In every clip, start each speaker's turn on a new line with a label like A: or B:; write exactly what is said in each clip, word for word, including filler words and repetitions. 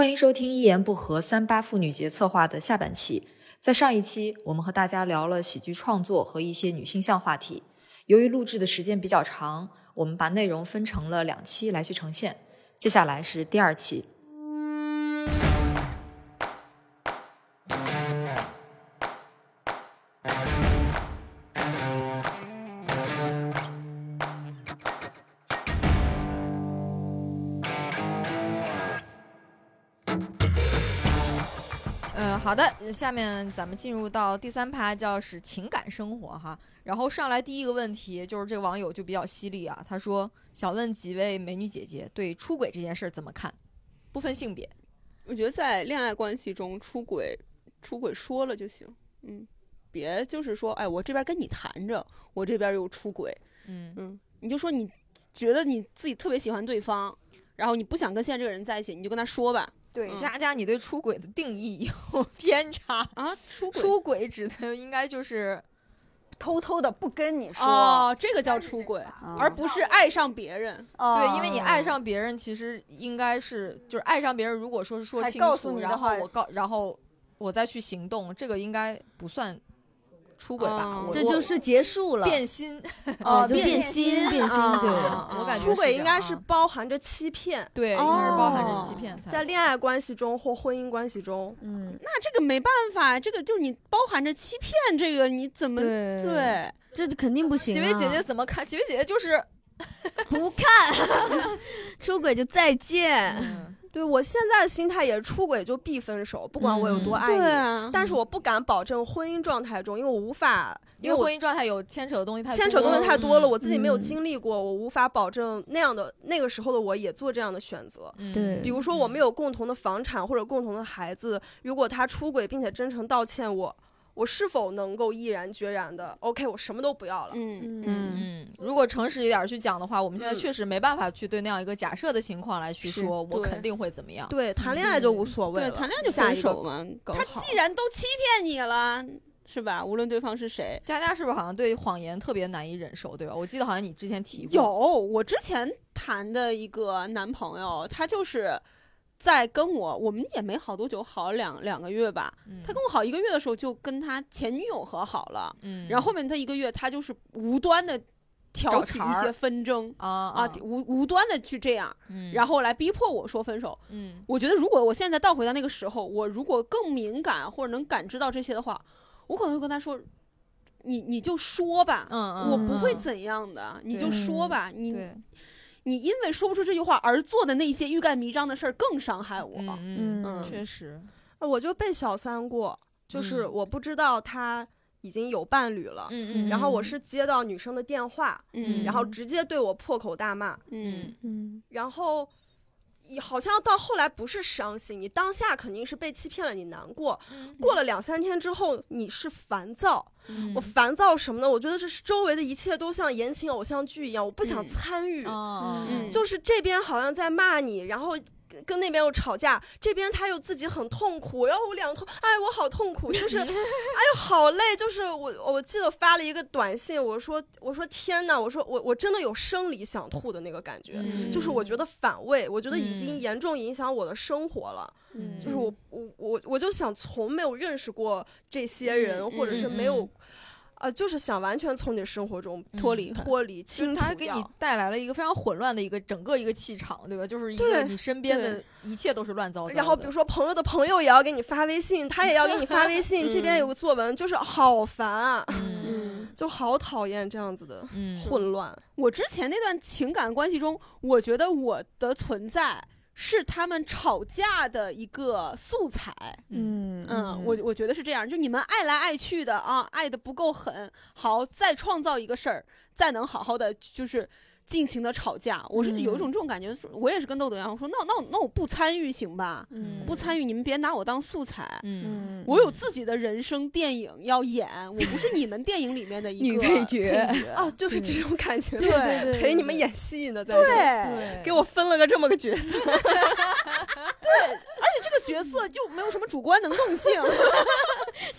A: 欢迎收听一言不合三八妇女节策划的下半期。在上一期我们和大家聊了喜剧创作和一些女性向话题，由于录制的时间比较长，我们把内容分成了两期来去呈现。接下来是第二期。嗯，好的，下面咱们进入到第三趴，叫是情感生活哈。然后上来第一个问题就是这个网友就比较犀利啊，他说想问几位美女姐姐对出轨这件事怎么看，不分性别。
B: 我觉得在恋爱关系中出轨，出轨说了就行，嗯，别就是说，哎，我这边跟你谈着，我这边又出轨，
A: 嗯
B: 嗯，你就说你觉得你自己特别喜欢对方，然后你不想跟现在这个人在一起，你就跟他说吧。
A: 对，佳佳，你对出轨的定义有偏差
B: 啊？出轨，
A: 出轨指的应该就是
C: 偷偷的不跟你说，
B: 哦，这个叫出轨，
C: 嗯、
B: 而不是爱上别人。
C: 哦、
A: 对，因为你爱上别人，其实应该是就是爱上别人，如果说是说清楚，
C: 告诉你
A: 然后我告，然后我再去行动，这个应该不算出轨吧？
B: 哦、
D: 这就是结束了，
A: 变心
D: 哦，就变心，变心，对，
A: 我感觉
E: 出轨应该是包含着欺骗，
A: 对，应该是包含着欺骗才。
E: 在恋爱关系中或婚姻关系中，
D: 嗯，
B: 那这个没办法，这个就是你包含着欺骗，这个你怎么
D: 对？
B: 对，
D: 这肯定不行、啊。
A: 几位姐姐怎么看？几位姐姐就是
D: 不看，出轨就再见。
A: 嗯
E: 对，我现在的心态也出轨就必分手，不管我有多爱你、
B: 嗯啊、
E: 但是我不敢保证婚姻状态中，因为我无法，
A: 因为婚姻状态有牵扯的东西太多
E: 牵扯的东西太多了、
A: 嗯、
E: 我自己没有经历过、嗯、我无法保证那样的那个时候的我也做这样的选择。
D: 对、
E: 嗯，比如说我们有共同的房产或者共同的孩子，如果他出轨并且真诚道歉，我我是否能够毅然决然的 OK 我什么都不要了。
B: 嗯
A: 嗯嗯，如果诚实一点去讲的话，我们现在确实没办法去对那样一个假设的情况来去说我肯定会怎么样。
E: 对，谈恋爱就无所谓了，
B: 对，谈恋爱就分手嘛。他既然都欺骗你了，是吧？无论对方是谁。
A: 佳佳是不是好像对谎言特别难以忍受，对吧？我记得好像你之前提过。
B: 有，我之前谈的一个男朋友，他就是在跟我，我们也没好多久，好两两个月吧、嗯。他跟我好一个月的时候，就跟他前女友和好了。嗯，然后后面他一个月，他就是无端的挑起一些纷争
A: 啊
B: 啊，无无端的去这样、
A: 嗯，
B: 然后来逼迫我说分手。
A: 嗯，
B: 我觉得如果我现在倒回到那个时候，我如果更敏感或者能感知到这些的话，我可能会跟他说。你你就说吧，
A: 嗯嗯，
B: 我不会怎样的，你就说吧，你。
A: 对
B: 你因为说不出这句话而做的那些欲盖弥彰的事儿更伤害我。
A: 嗯嗯，确实，
E: 我就被小三过，就是我不知道他已经有伴侣了，
A: 嗯嗯，
E: 然后我是接到女生的电话，
B: 嗯，
E: 然后直接对我破口大骂，
B: 嗯
E: 嗯，然后好像到后来不是伤心，你当下肯定是被欺骗了，你难过，
A: 嗯、
E: 过了两三天之后你是烦躁。
A: 嗯、
E: 我烦躁什么呢？我觉得这是周围的一切都像言情偶像剧一样，我不想参与、
A: 嗯
E: 嗯、就是这边好像在骂你，然后跟那边又吵架，这边他又自己很痛苦，然后我两头哎我好痛苦，就是哎呦好累，就是我我记得发了一个短信，我说我说天哪，我说我我真的有生理想吐的那个感觉、
A: 嗯、
E: 就是我觉得反胃，我觉得已经严重影响我的生活了、
A: 嗯、
E: 就是我我我我就想从没有认识过这些人、
A: 嗯、
E: 或者是没有呃，就是想完全从你的生活中脱离、嗯、脱离清除掉，
A: 它给你带来了一个非常混乱的一个整个一个气场，对吧？就是一个你身边的一切都是乱糟糟的。
E: 然后比如说朋友的朋友也要给你发微信，他也要给你发微信，嗯、这边有个作文，就是好烦啊，
A: 嗯，
E: 就好讨厌这样子的混乱。
B: 嗯、我之前那段情感关系中，我觉得我的存在是他们吵架的一个素材，
D: 嗯
B: 嗯，我我觉得是这样，就你们爱来爱去的啊，爱的不够狠，好，再创造一个事儿，再能好好的就是尽情的吵架，我是有一种这种感觉，嗯、我也是跟豆豆一样，我说那那那我不参与行吧，
A: 嗯，
B: 不参与，你们别拿我当素材，
A: 嗯，
B: 我有自己的人生电影要演，我不是你们电影里面的一个
D: 女配角
E: 啊，就是这种感觉，
B: 对，对对
E: 陪你们演戏呢，在
B: 对，
E: 对，给我分了个这么个角色，对，
B: 而且这个角色就没有什么主观能动性，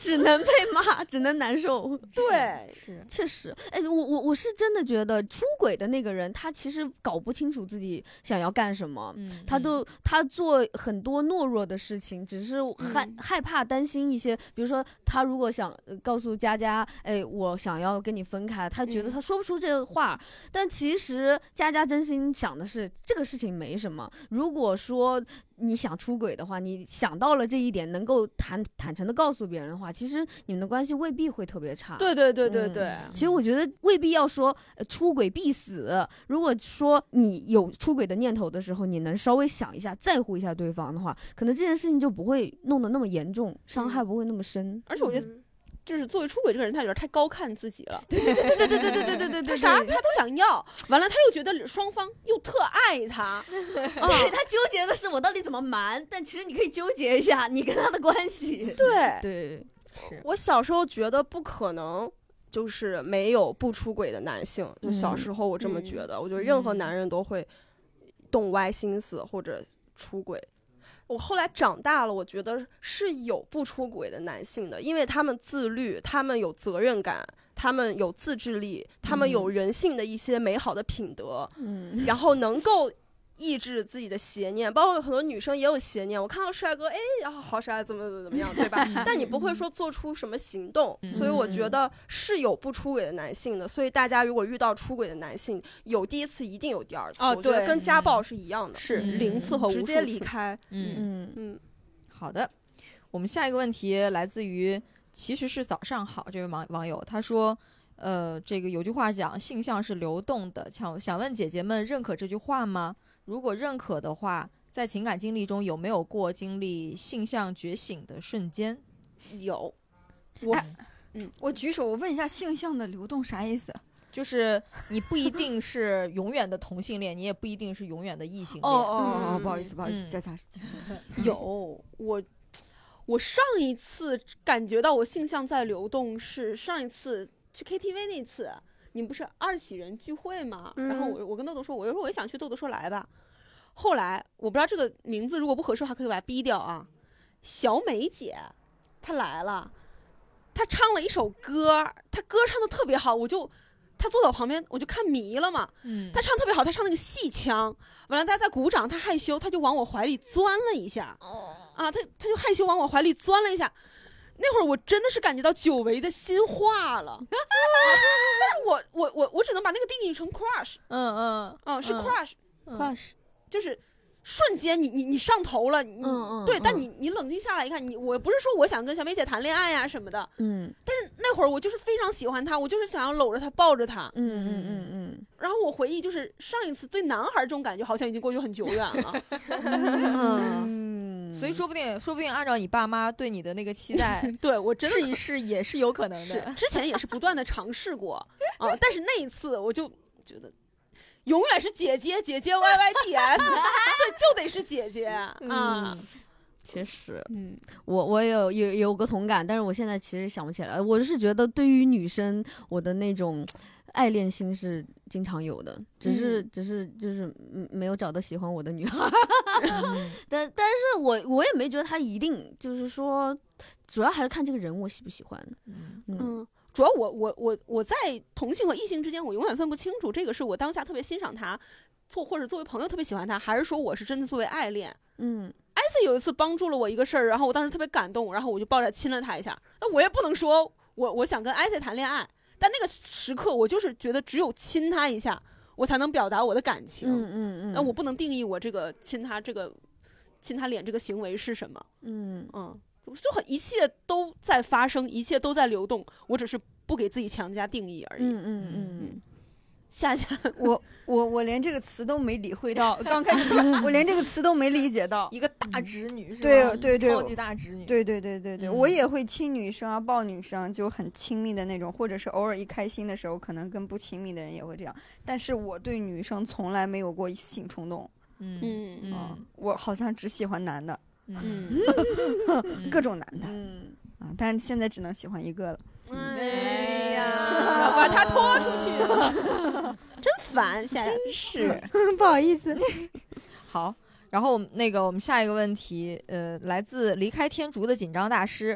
D: 只能被骂，只能难受。
B: 对，
A: 是
D: 确实，哎，我我我是真的觉得出轨的那个人，他其实搞不清楚自己想要干什么，
A: 嗯
D: 他都他做很多懦弱的事情，只是害、
B: 嗯、
D: 害怕担心一些，比如说他如果想、呃、告诉佳佳，哎，我想要跟你分开，他觉得他说不出这个话，嗯、但其实佳佳真心想的是这个事情没什么。如果说你想出轨的话，你想到了这一点，能够坦坦诚的告诉别人的话，其实你们的关系未必会特别差。
B: 对对对对对。
D: 嗯、其实我觉得未必要说、呃、出轨必死。如果说你有出轨的念头的时候，你能稍微想一下，在乎一下对方的话，可能这件事情就不会弄得那么严重，伤害不会那么深。
B: 嗯、而且我觉得。就是作为出轨这个人，他有点太高看自己了。
D: 对对对对对对对对对对，
B: 他啥他都想要，完了他又觉得双方又特爱他。
D: 对，他纠结的是我到底怎么瞒，但其实你可以纠结一下你跟他的关系。
B: 对
D: 对，
E: 是我小时候觉得不可能。就是没有不出轨的男性，就小时候我这么觉得，嗯、我觉得任何男人都会动歪心思或者出轨。我后来长大了，我觉得是有不出轨的男性的，因为他们自律，他们有责任感，他们有自制力，他们有人性的一些美好的品德，嗯，然后能够抑制自己的邪念，包括很多女生也有邪念。我看到帅哥，哎，然后好帅，怎么怎么怎么样，对吧？但你不会说做出什么行动，所以我觉得是有不出轨的男性的。所以大家如果遇到出轨的男性，有第一次一定有第二次，
B: 哦、
E: 我觉得跟家暴是一样的，
B: 是零次和无数次
E: 直接离开。
A: 嗯
E: 嗯嗯，
A: 好的。我们下一个问题来自于其实是早上好这位网网友，他说。呃，这个有句话讲，性向是流动的，想想问姐姐们认可这句话吗？如果认可的话，在情感经历中有没有过经历性向觉醒的瞬间？
B: 有，我，
C: 哎、嗯，我举手，我问一下，性向的流动啥意思？
A: 就是你不一定是永远的同性恋，你也不一定是永远的异性恋。
C: 哦哦哦，不好意思，不好意思，
A: 嗯、
C: 再擦。
B: 有我。我上一次感觉到我性向在流动是上一次去 K T V 那次，你们不是二喜人聚会吗？嗯、然后我我跟豆豆说，我就说我也想去，豆豆说来吧。后来我不知道这个名字如果不合适的话，可以把它逼掉啊。小美姐她来了，她唱了一首歌，她歌唱的特别好，我就她坐在我旁边，我就看迷了嘛。嗯，她唱特别好，她唱那个戏腔，完了大家在鼓掌，她害羞，她就往我怀里钻了一下。哦。啊，他他就害羞往我怀里钻了一下，那会儿我真的是感觉到久违的心化了。啊、但是我我我我只能把那个定义成 crush，
A: 嗯嗯，
B: 啊是 crush，crush，、
D: 嗯、
B: 就是瞬间你你你上头了，你
D: 嗯嗯，
B: 对，
D: 嗯、
B: 但你你冷静下来一看，你我不是说我想跟小美姐谈恋爱呀、啊、什么的，
D: 嗯，
B: 但是那会儿我就是非常喜欢她，我就是想要搂着她抱着她，
D: 嗯嗯嗯嗯，
B: 然后我回忆就是上一次对男孩这种感觉好像已经过去很久远了。
A: 嗯。所以说不定，说不定按照你爸妈对你的那个期待，
B: 对我真的
A: 试一试也是有可能的。
B: 是之前也是不断的尝试过啊，但是那一次我就觉得，永远是姐姐，姐姐 Y Y D S， 对，就得是姐姐啊。
A: 嗯、
D: 确实，
B: 嗯，
D: 我我有有有个同感，但是我现在其实想不起来。我是觉得对于女生，我的那种爱恋心是经常有的，只是、嗯、只是就是没有找到喜欢我的女孩。嗯、但但是我我也没觉得他一定就是说，主要还是看这个人我喜不喜欢。
B: 嗯嗯，主要我我我我在同性和异性之间，我永远分不清楚，这个是我当下特别欣赏他，做或者作为朋友特别喜欢他，还是说我是真的作为爱恋。
D: 嗯。
B: 艾斯有一次帮助了我一个事儿，然后我当时特别感动，然后我就抱着亲了他一下。那我也不能说我我想跟艾斯谈恋爱，但那个时刻我就是觉得只有亲他一下，我才能表达我的感情。
D: 嗯嗯嗯。
B: 那我不能定义我这个亲他这个亲他脸这个行为是什么。
D: 嗯
B: 嗯，就很一切都在发生，一切都在流动，我只是不给自己强加定义而已。
D: 嗯嗯嗯嗯。
B: 夏夏，
C: 我我我连这个词都没理会到，刚开始我连这个词都没理解到。
A: 一个大直女是吧？
C: 对对对，
A: 超级大直女。
C: 对对对对对，嗯、我也会亲女生啊，抱女生，就很亲密的那种，或者是偶尔一开心的时候，可能跟不亲密的人也会这样。但是我对女生从来没有过性冲动。
A: 嗯嗯嗯、
C: 啊，我好像只喜欢男的。
A: 嗯，
C: 各种男的。
D: 嗯
C: 啊，但是现在只能喜欢一个了。
B: 哎呀，把他拖出去，真烦！夏夏
C: 是不好意思。
A: 好，然后那个我们下一个问题，呃，来自离开天竺的紧张大师，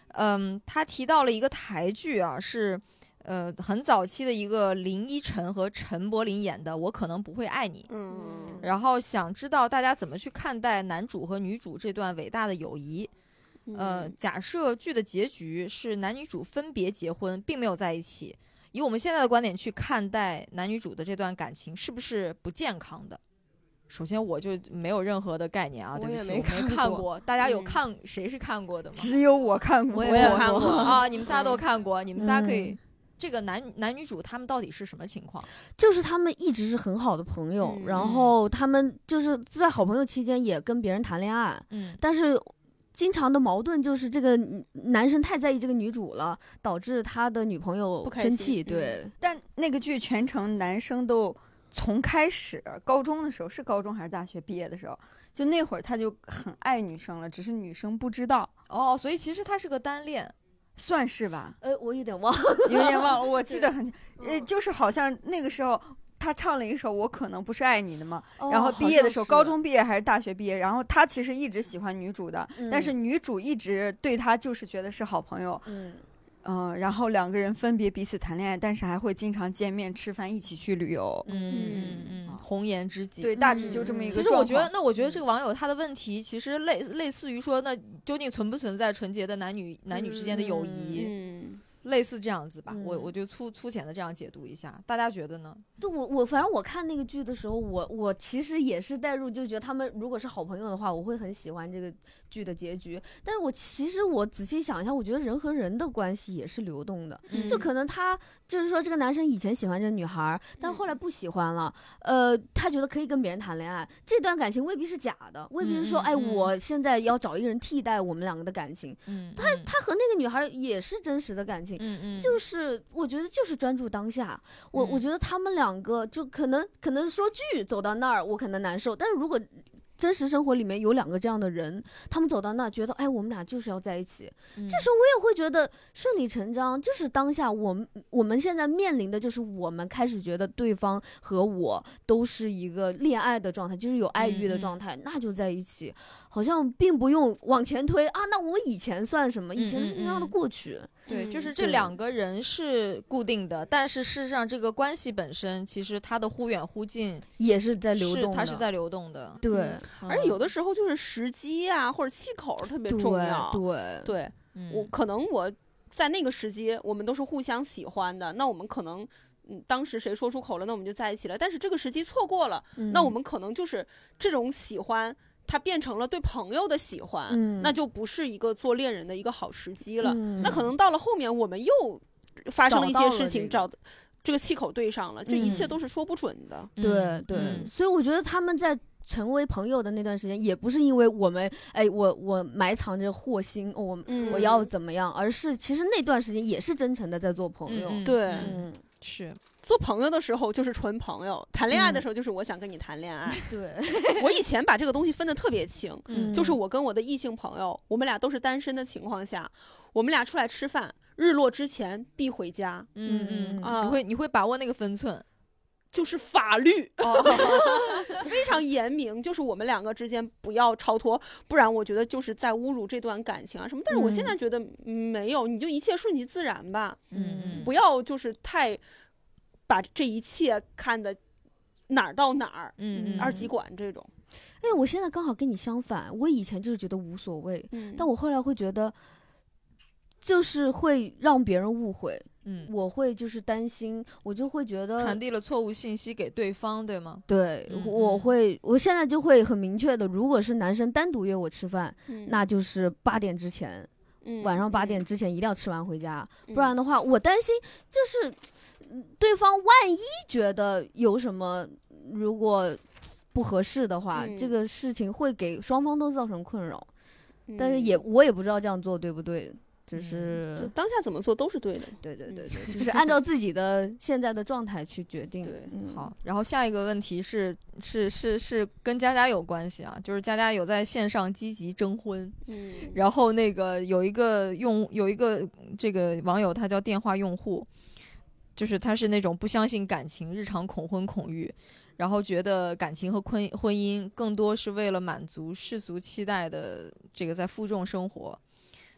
A: 嗯，他提到了一个台剧啊，是呃很早期的一个林依晨和陈柏霖演的《我可能不会爱你》。
B: 嗯，
A: 然后想知道大家怎么去看待男主和女主这段伟大的友谊。呃，
B: 嗯
A: 假设剧的结局是男女主分别结婚，并没有在一起，以我们现在的观点去看待男女主的这段感情，是不是不健康的？首先，我就没有任何的概念啊，
E: 我也
A: 对不起，我没
E: 没看过
A: 看过。大家有
B: 嗯
A: 看、谁是看过的吗？
C: 只有我看过，
D: 我也
B: 我也
D: 看过
B: 看过
A: 啊，你们仨都看过，你们仨可以。
D: 嗯
A: 这个男男女主他们到底是什么情况？
D: 就是他们一直是很好的朋友，
B: 嗯
D: 然后他们就是在好朋友期间也跟别人谈恋爱，
A: 嗯
D: 但是经常的矛盾就是这个男生太在意这个女主了，导致他的女朋友
B: 不开心
D: 生气。
B: 嗯
D: 对，
C: 但那个剧全程男生都从开始高中的时候，是高中还是大学毕业的时候，就那会儿他就很爱女生了，只是女生不知道，
A: 哦，所以其实他是个单恋。
C: 算是吧，
D: 呃，我有点忘了。
C: 有点忘了，我记得很，呃，就是好像那个时候他唱了一首《我可能不是爱你的》嘛，然后毕业的时候，高中毕业还是大学毕业，然后他其实一直喜欢女主的，
D: 嗯
C: 但是女主一直对他就是觉得是好朋友，
D: 嗯，
C: 嗯、然后两个人分别彼此谈恋爱，但是还会经常见面吃饭，一起去旅游。
A: 嗯嗯嗯，红颜知己。
C: 对，大体就这么一个
A: 其
C: 状况。
A: 实我觉得，那我觉得这个网友他的问题其实类类似于说，那究竟存不存在纯洁的男女男女之间的友谊？
B: 嗯，
A: 类似这样子吧，
D: 嗯
A: 我我就粗粗浅的这样解读一下，大家觉得呢？
D: 对我我反正我看那个剧的时候，我我其实也是带入，就觉得他们如果是好朋友的话，我会很喜欢这个剧的结局。但是我其实我仔细想一下，我觉得人和人的关系也是流动的，
A: 嗯
D: 就可能他就是说这个男生以前喜欢这个女孩，但后来不喜欢了，呃，他觉得可以跟别人谈恋爱，这段感情未必是假的，未必是说，哎，
A: 嗯嗯嗯
D: 我现在要找一个人替代我们两个的感情，
A: 嗯，
D: 他他和那个女孩也是真实的感情。
A: 嗯嗯，
D: 就是我觉得就是专注当下，我、
A: 嗯
D: 我觉得他们两个就可能可能说剧走到那儿我可能难受，但是如果真实生活里面有两个这样的人，他们走到那儿觉得哎我们俩就是要在一起，
A: 嗯
D: 这时候我也会觉得顺理成章，就是当下我们我们现在面临的就是我们开始觉得对方和我都是一个恋爱的状态，就是有爱欲的状态，那就在一起，好像并不用往前推啊，那我以前算什么？以前是这样的过去。
A: 对，
B: 嗯
A: 就是这
D: 对
A: 两个人是固定的，但是事实上这个关系本身其实它的忽远忽近
D: 也是在流
A: 是
D: 动的，
A: 它是在流动的。
D: 对
B: 而且有的时候就是时机啊或者气口特别重要。
D: 对
B: 对，
A: 嗯
B: 我可能我在那个时机我们都是互相喜欢的，那我们可能嗯当时谁说出口了，那我们就在一起了。但是这个时机错过了，
D: 嗯
B: 那我们可能就是这种喜欢它变成了对朋友的喜欢，
D: 嗯
B: 那就不是一个做恋人的一个好时机了。
D: 嗯
B: 那可能到了后面我们又发生了一
D: 找到了
B: 些事情，
D: 这个
B: 找这个气口对上了，这一切
A: 嗯
B: 都是说不准的。
D: 对
A: 嗯
D: 对、
A: 嗯
D: 所以我觉得他们在成为朋友的那段时间，也不是因为我们哎我我埋藏着祸心，哦我、
B: 嗯
D: 我要怎么样，而是其实那段时间也是真诚的在做朋友。
A: 嗯嗯
B: 对
A: 嗯
D: 嗯，
A: 是
B: 做朋友的时候就是纯朋友，谈恋爱的
D: 嗯
B: 时候就是我想跟你谈恋爱。
D: 对，
B: 我以前把这个东西分得特别清，
A: 嗯
B: 就是我跟我的异性朋友，我们俩都是单身的情况下，我们俩出来吃饭，日落之前必回家，
A: 嗯嗯
D: 嗯
B: 啊
A: 你会你会把握那个分寸
B: 就是法律
A: 哦，
B: 非常严明，就是我们两个之间不要超脱，不然我觉得就是在侮辱这段感情啊什么。但是我现在觉得嗯没有，你就一切顺其自然吧，
A: 嗯
B: 不要就是太把这一切看的哪儿到哪儿，
A: 嗯嗯
B: 二极管这种。
D: 哎，我现在刚好跟你相反，我以前就是觉得无所谓，
B: 嗯
D: 但我后来会觉得，就是会让别人误会，
A: 嗯，
D: 我会就是担心，我就会觉得
A: 传递了错误信息给对方，对吗？
D: 对，
A: 嗯
D: 我会，我现在就会很明确的，如果是男生单独约我吃饭，
B: 嗯
D: 那就是八点之前，
B: 嗯
D: 晚上八点之前一定要吃完回家，不然的话，我担心就是嗯对方万一觉得有什么，如果不合适的话，
B: 嗯
D: 这个事情会给双方都造成困扰。
B: 嗯
D: 但是也我也不知道这样做对不对，只
B: 嗯
D: 是、
B: 就当下怎么做都是对的。
D: 对对对对，就是按照自己的现在的状态去决定。
B: 对
D: 嗯，
A: 好，然后下一个问题是是是是跟佳佳有关系啊，就是佳佳有在线上积极征婚，
B: 嗯
A: 然后那个有一个用有一个这个网友，他叫电话用户，就是他是那种不相信感情，日常恐婚恐育，然后觉得感情和婚婚姻更多是为了满足世俗期待的这个在负重生活，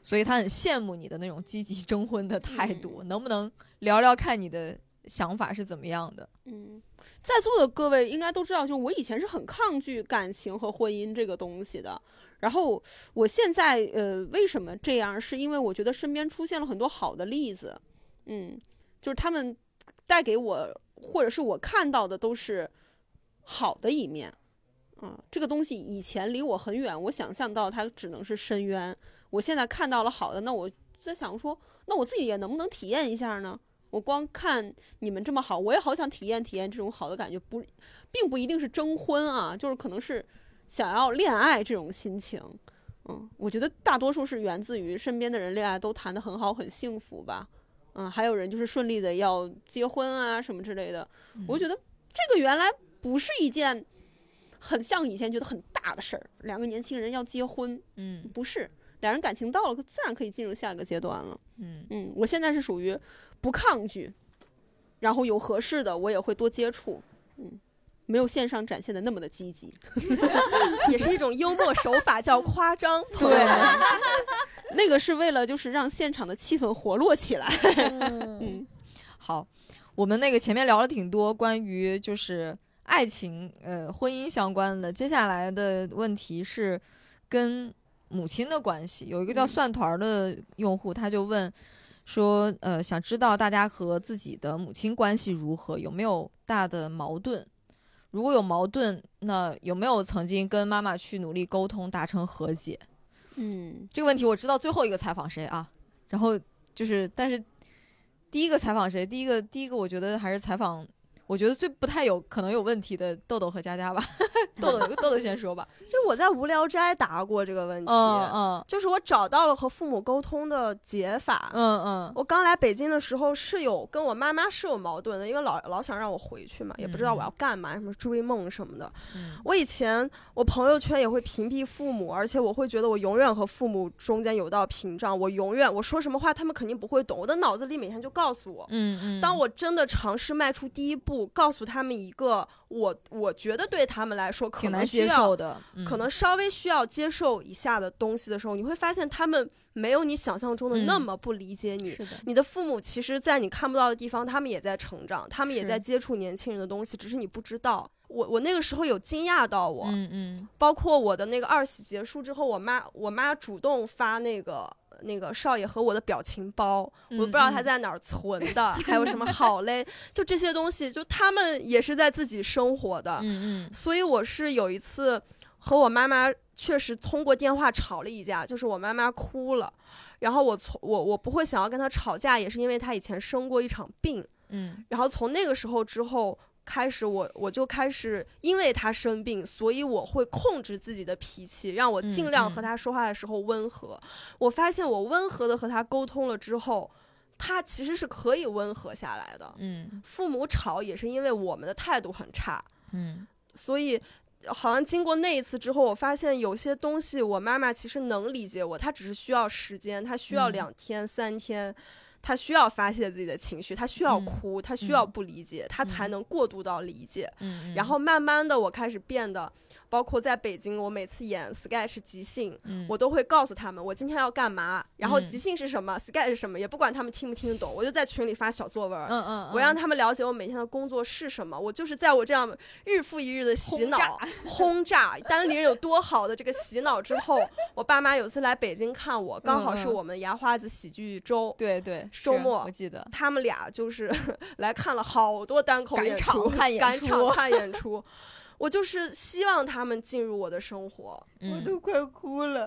A: 所以他很羡慕你的那种积极征婚的态度。
B: 嗯、
A: 能不能聊聊看你的想法是怎么样的？
B: 嗯，在座的各位应该都知道，就我以前是很抗拒感情和婚姻这个东西的。然后我现在呃为什么这样？是因为我觉得身边出现了很多好的例子，嗯，就是他们带给我或者是我看到的都是好的一面。嗯，这个东西以前离我很远，我想象到它只能是深渊。我现在看到了好的，那我在想说，那我自己也能不能体验一下呢？我光看你们这么好，我也好想体验体验这种好的感觉，不，并不一定是征婚啊，就是可能是想要恋爱这种心情。嗯，我觉得大多数是源自于身边的人恋爱都谈得很好，很幸福吧。嗯，还有人就是顺利的要结婚啊什么之类的。嗯、我觉得这个原来不是一件很像以前觉得很大的事儿，两个年轻人要结婚，
A: 嗯，
B: 不是，两人感情到了，自然可以进入下一个阶段了。
A: 嗯
B: 嗯，我现在是属于不抗拒，然后有合适的我也会多接触，嗯，没有线上展现的那么的积极，
E: 也是一种幽默手法，叫夸张。
B: 对，那个是为了就是让现场的气氛活络起来。嗯，
A: 好，我们那个前面聊了挺多关于就是爱情呃婚姻相关的，接下来的问题是跟母亲的关系。有一个叫蒜团的用户，他就问说呃想知道大家和自己的母亲关系如何，有没有大的矛盾，如果有矛盾，那有没有曾经跟妈妈去努力沟通达成和解？
B: 嗯，
A: 这个问题我知道最后一个采访谁啊，然后就是但是第一个采访谁，第一个第一个我觉得还是采访我觉得最不太有可能有问题的豆豆和佳佳吧。豆豆豆豆先说吧。
E: 就我在无聊斋答过这个问题，
A: 嗯嗯，
E: 就是我找到了和父母沟通的解法。
A: 嗯嗯，
E: 我刚来北京的时候是有跟我妈妈是有矛盾的，因为老老想让我回去嘛，也不知道我要干嘛，什么追梦什么的。
A: 嗯、
E: 我以前我朋友圈也会屏蔽父母，而且我会觉得我永远和父母中间有道屏障，我永远我说什么话他们肯定不会懂，我的脑子里每天就告诉我，
A: 嗯嗯，
E: 当我真的尝试迈出第一步，告诉他们一个我我觉得对他们来说可能需要
A: 挺难接受的、嗯、
E: 可能稍微需要接受一下的东西的时候，你会发现他们没有你想象中的那么不理解你、
A: 嗯、是的，
E: 你的父母其实在你看不到的地方他们也在成长，他们也在接触年轻人的东西，只是你不知道。我我那个时候有惊讶到我，
A: 嗯嗯，
E: 包括我的那个二喜结束之后，我妈我妈主动发那个那个少爷和我的表情包，
A: 嗯、
E: 我不知道他在哪儿存的，嗯、还有什么好嘞，就这些东西，就他们也是在自己生活的，
A: 嗯嗯，
E: 所以我是有一次和我妈妈确实通过电话吵了一架，就是我妈妈哭了，然后我从我我不会想要跟她吵架，也是因为她以前生过一场病，
A: 嗯，
E: 然后从那个时候之后开始我我就开始因为他生病，所以我会控制自己的脾气，让我尽量和他说话的时候温和、嗯嗯、我发现我温和的和他沟通了之后，他其实是可以温和下来的。
A: 嗯，
E: 父母吵也是因为我们的态度很差，
A: 嗯，
E: 所以好像经过那一次之后，我发现有些东西我妈妈其实能理解我，她只是需要时间，她需要两天、嗯、三天，他需要发泄自己的情绪，他需要哭、嗯、他需要不理解、嗯、他才能过渡到理解、
A: 嗯、
E: 然后慢慢的我开始变得，包括在北京我每次演 sketch 即兴、嗯、我都会告诉他们我今天要干嘛，然后即兴是什么、嗯、sketch 是什么，也不管他们听不听得懂，我就在群里发小作文，
A: 嗯嗯，
E: 我让他们了解我每天的工作是什么，我就是在我这样日复一日的洗脑轰炸单立人有多好的这个洗脑之后，我爸妈有次来北京看我，刚好是我们牙花子喜剧周，
A: 对对，
E: 周末
A: 我记得
E: 他们俩就是来看了好多单口演出，
A: 赶场看演出，
E: 赶场看演出。我就是希望他们进入我的生活，
C: 嗯、我都快哭了，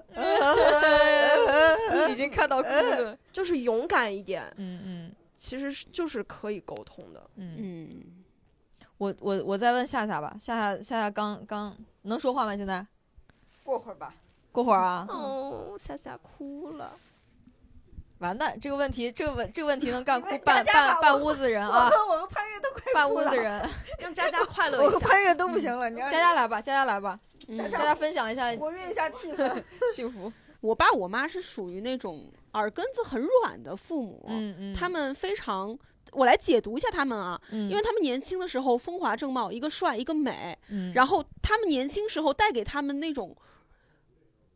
A: 已经看到哭了。
E: 就是勇敢一点，
A: 嗯嗯，
E: 其实就是可以沟通的，
A: 嗯
B: 嗯。
A: 我我我再问夏夏吧，夏夏夏夏刚刚能说话吗？现在？
C: 过会儿吧，
A: 过会儿啊。
E: 哦，夏夏哭了。
A: 完蛋，这个问题，这个问这个问题能干哭半半半屋子人啊！
C: 我和潘越都快哭了，
A: 半屋子人，
E: 让佳佳快乐一下。
C: 我和潘越都不行了，你
A: 佳佳来吧，佳佳来吧，
C: 嗯，
A: 佳佳分享一下，
C: 活跃一下气氛，
A: 幸福。
B: 我爸我妈是属于那种耳根子很软的父母，
A: 嗯嗯，
B: 他们非常。我来解读一下他们啊、
A: 嗯，
B: 因为他们年轻的时候风华正茂，一个帅一个美、
A: 嗯，
B: 然后他们年轻时候带给他们那种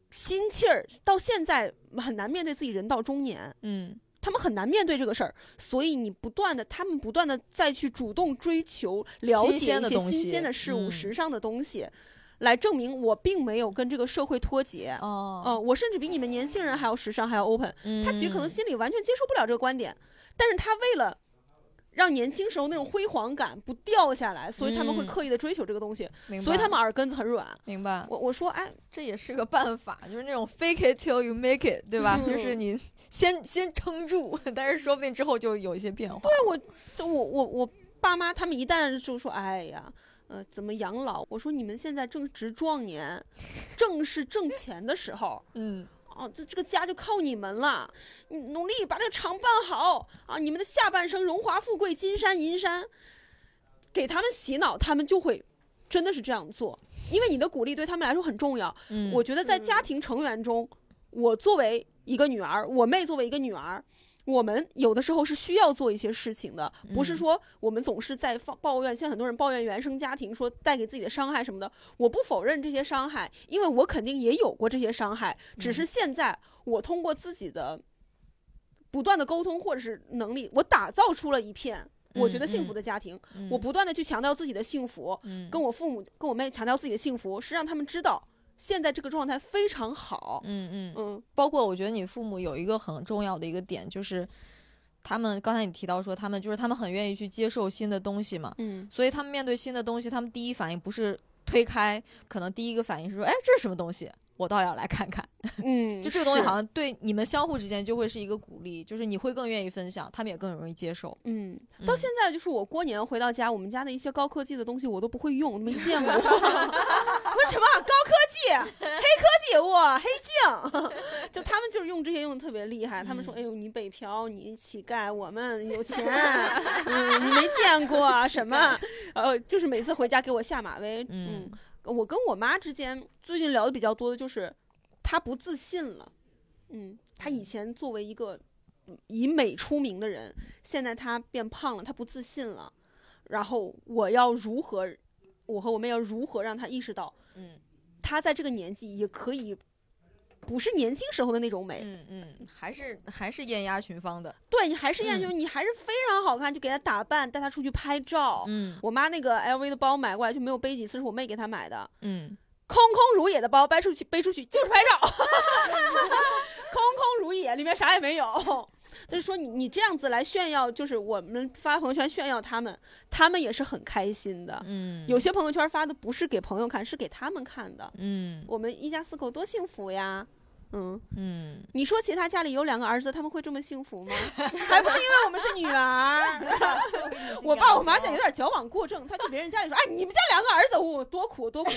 B: 心气儿，到现在很难面对自己人到中年。
A: 嗯。
B: 他们很难面对这个事儿，所以你不断的，他们不断的再去主动追求、了解一些新鲜的事物、
A: 嗯、
B: 时尚的东西，来证明我并没有跟这个社会脱节。
A: 哦，
B: 呃，我甚至比你们年轻人还要时尚，还要 open。
A: 嗯、
B: 他其实可能心里完全接受不了这个观点，但是他为了让年轻时候那种辉煌感不掉下来，所以他们会刻意的追求这个东西，
A: 嗯、
B: 所以他们耳根子很软。
A: 明白？
B: 我我说，哎，
A: 这也是个办法，就是那种 fake it till you make it， 对吧？嗯、就是你先先撑住，但是说不定之后就有一些变化。
B: 对我，我我我爸妈他们一旦就说，哎呀，呃，怎么养老？我说你们现在正值壮年，正是挣钱的时候。
A: 嗯。
B: 哦，这这个家就靠你们了，你努力把这个厂办好啊！你们的下半生荣华富贵、金山银山，给他们洗脑，他们就会真的是这样做，因为你的鼓励对他们来说很重要。
A: 嗯，
B: 我觉得在家庭成员中，嗯、我作为一个女儿，我妹作为一个女儿，我们有的时候是需要做一些事情的，不是说我们总是在抱怨。现在很多人抱怨原生家庭，说带给自己的伤害什么的。我不否认这些伤害，因为我肯定也有过这些伤害，只是现在我通过自己的不断的沟通或者是能力，我打造出了一片我觉得幸福的家庭。
A: 嗯嗯、
B: 我不断的去强调自己的幸福，
A: 嗯、
B: 跟我父母跟我妹强调自己的幸福，是让他们知道现在这个状态非常好。
A: 嗯嗯
B: 嗯，
A: 包括我觉得你父母有一个很重要的一个点，就是他们刚才你提到说他们就是他们很愿意去接受新的东西嘛，
B: 嗯，
A: 所以他们面对新的东西，他们第一反应不是推开，可能第一个反应是说，哎，这是什么东西？我倒要来看看。
B: 嗯，
A: 就这个东西好像对你们相互之间就会是一个鼓励，就是你会更愿意分享，他们也更容易接受。
B: 嗯，到现在就是我过年回到家，我们家的一些高科技的东西我都不会用，没见过。为什么高科技、黑科技、哇、黑镜？就他们就是用这些用的特别厉害。他们说：“哎呦，你北漂，你乞丐，我们有钱，嗯，你没见过什么？呃，就是每次回家给我下马威。”嗯。我跟我妈之间最近聊的比较多的就是，她不自信了。嗯，她以前作为一个以美出名的人，现在她变胖了，她不自信了。然后我要如何，我和我妹要如何让她意识到，
A: 嗯，
B: 她在这个年纪也可以不是年轻时候的那种美。
A: 嗯嗯，还是还是艳压群芳的。
B: 对，你还是艳压群，嗯、你还是非常好看，就给她打扮，带她出去拍照。
A: 嗯，
B: 我妈那个 L V 的包买过来就没有背几次，是我妹给她买的。
A: 嗯，
B: 空空如也的包背出去背出去就是拍照，空空如也，里面啥也没有。就是说你你这样子来炫耀，就是我们发朋友圈炫耀他们，他们也是很开心的。
A: 嗯，
B: 有些朋友圈发的不是给朋友看，是给他们看的。
A: 嗯，
B: 我们一家四口多幸福呀。嗯
A: 嗯，
B: 你说其他家里有两个儿子，他们会这么幸福吗？还不是因为我们是女儿。我爸我妈现在有点矫枉过正，他去别人家里说：“哎，你们家两个儿子，我、哦、多苦多苦。”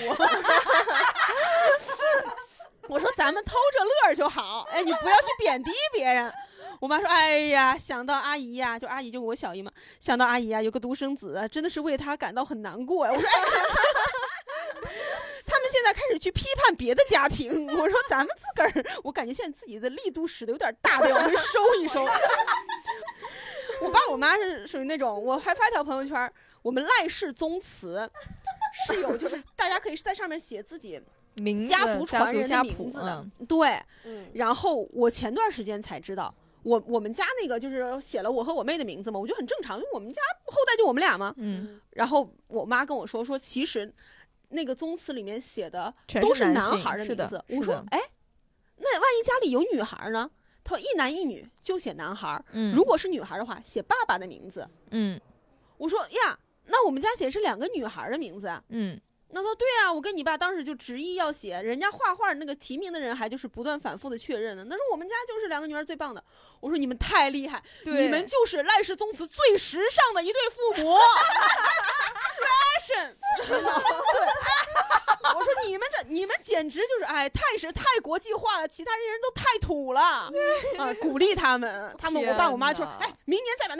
B: 我说：“咱们偷着乐就好，哎，你不要去贬低别人。”我妈说：“哎呀，想到阿姨呀，就阿姨就我小姨嘛，想到阿姨呀有个独生子，真的是为她感到很难过呀。”我说：“哎。”他们现在开始去批判别的家庭，我说咱们自个儿，我感觉现在自己的力度使得有点大，得往回收一收。我爸我妈是属于那种，我还发条朋友圈，我们赖氏宗祠是有，就是大家可以在上面写自己
A: 名字、
B: 家族传人的名字的，
A: 嗯、
B: 对、
E: 嗯。
B: 然后我前段时间才知道，我我们家那个就是写了我和我妹的名字嘛，我觉得很正常，因为我们家后代就我们俩嘛。
A: 嗯。
B: 然后我妈跟我说说，其实。那个宗祠里面写的都是男孩的名字，我说哎，那万一家里有女孩呢？他说一男一女就写男孩，嗯，如果是女孩的话，写爸爸的名字，
A: 嗯，
B: 我说呀，那我们家写是两个女孩的名字，
A: 嗯，
B: 那他说对啊，我跟你爸当时就执意要写，人家画画那个提名的人还就是不断反复的确认的，那说我们家就是两个女儿最棒的，我说你们太厉害，你们就是赖氏宗祠最时尚的一对父母。fashion 对，我说你们这你们简直就是哎太是太国际化了，其他人都太土了啊！鼓励他们，他们我爸我妈说，哎，明年再把那个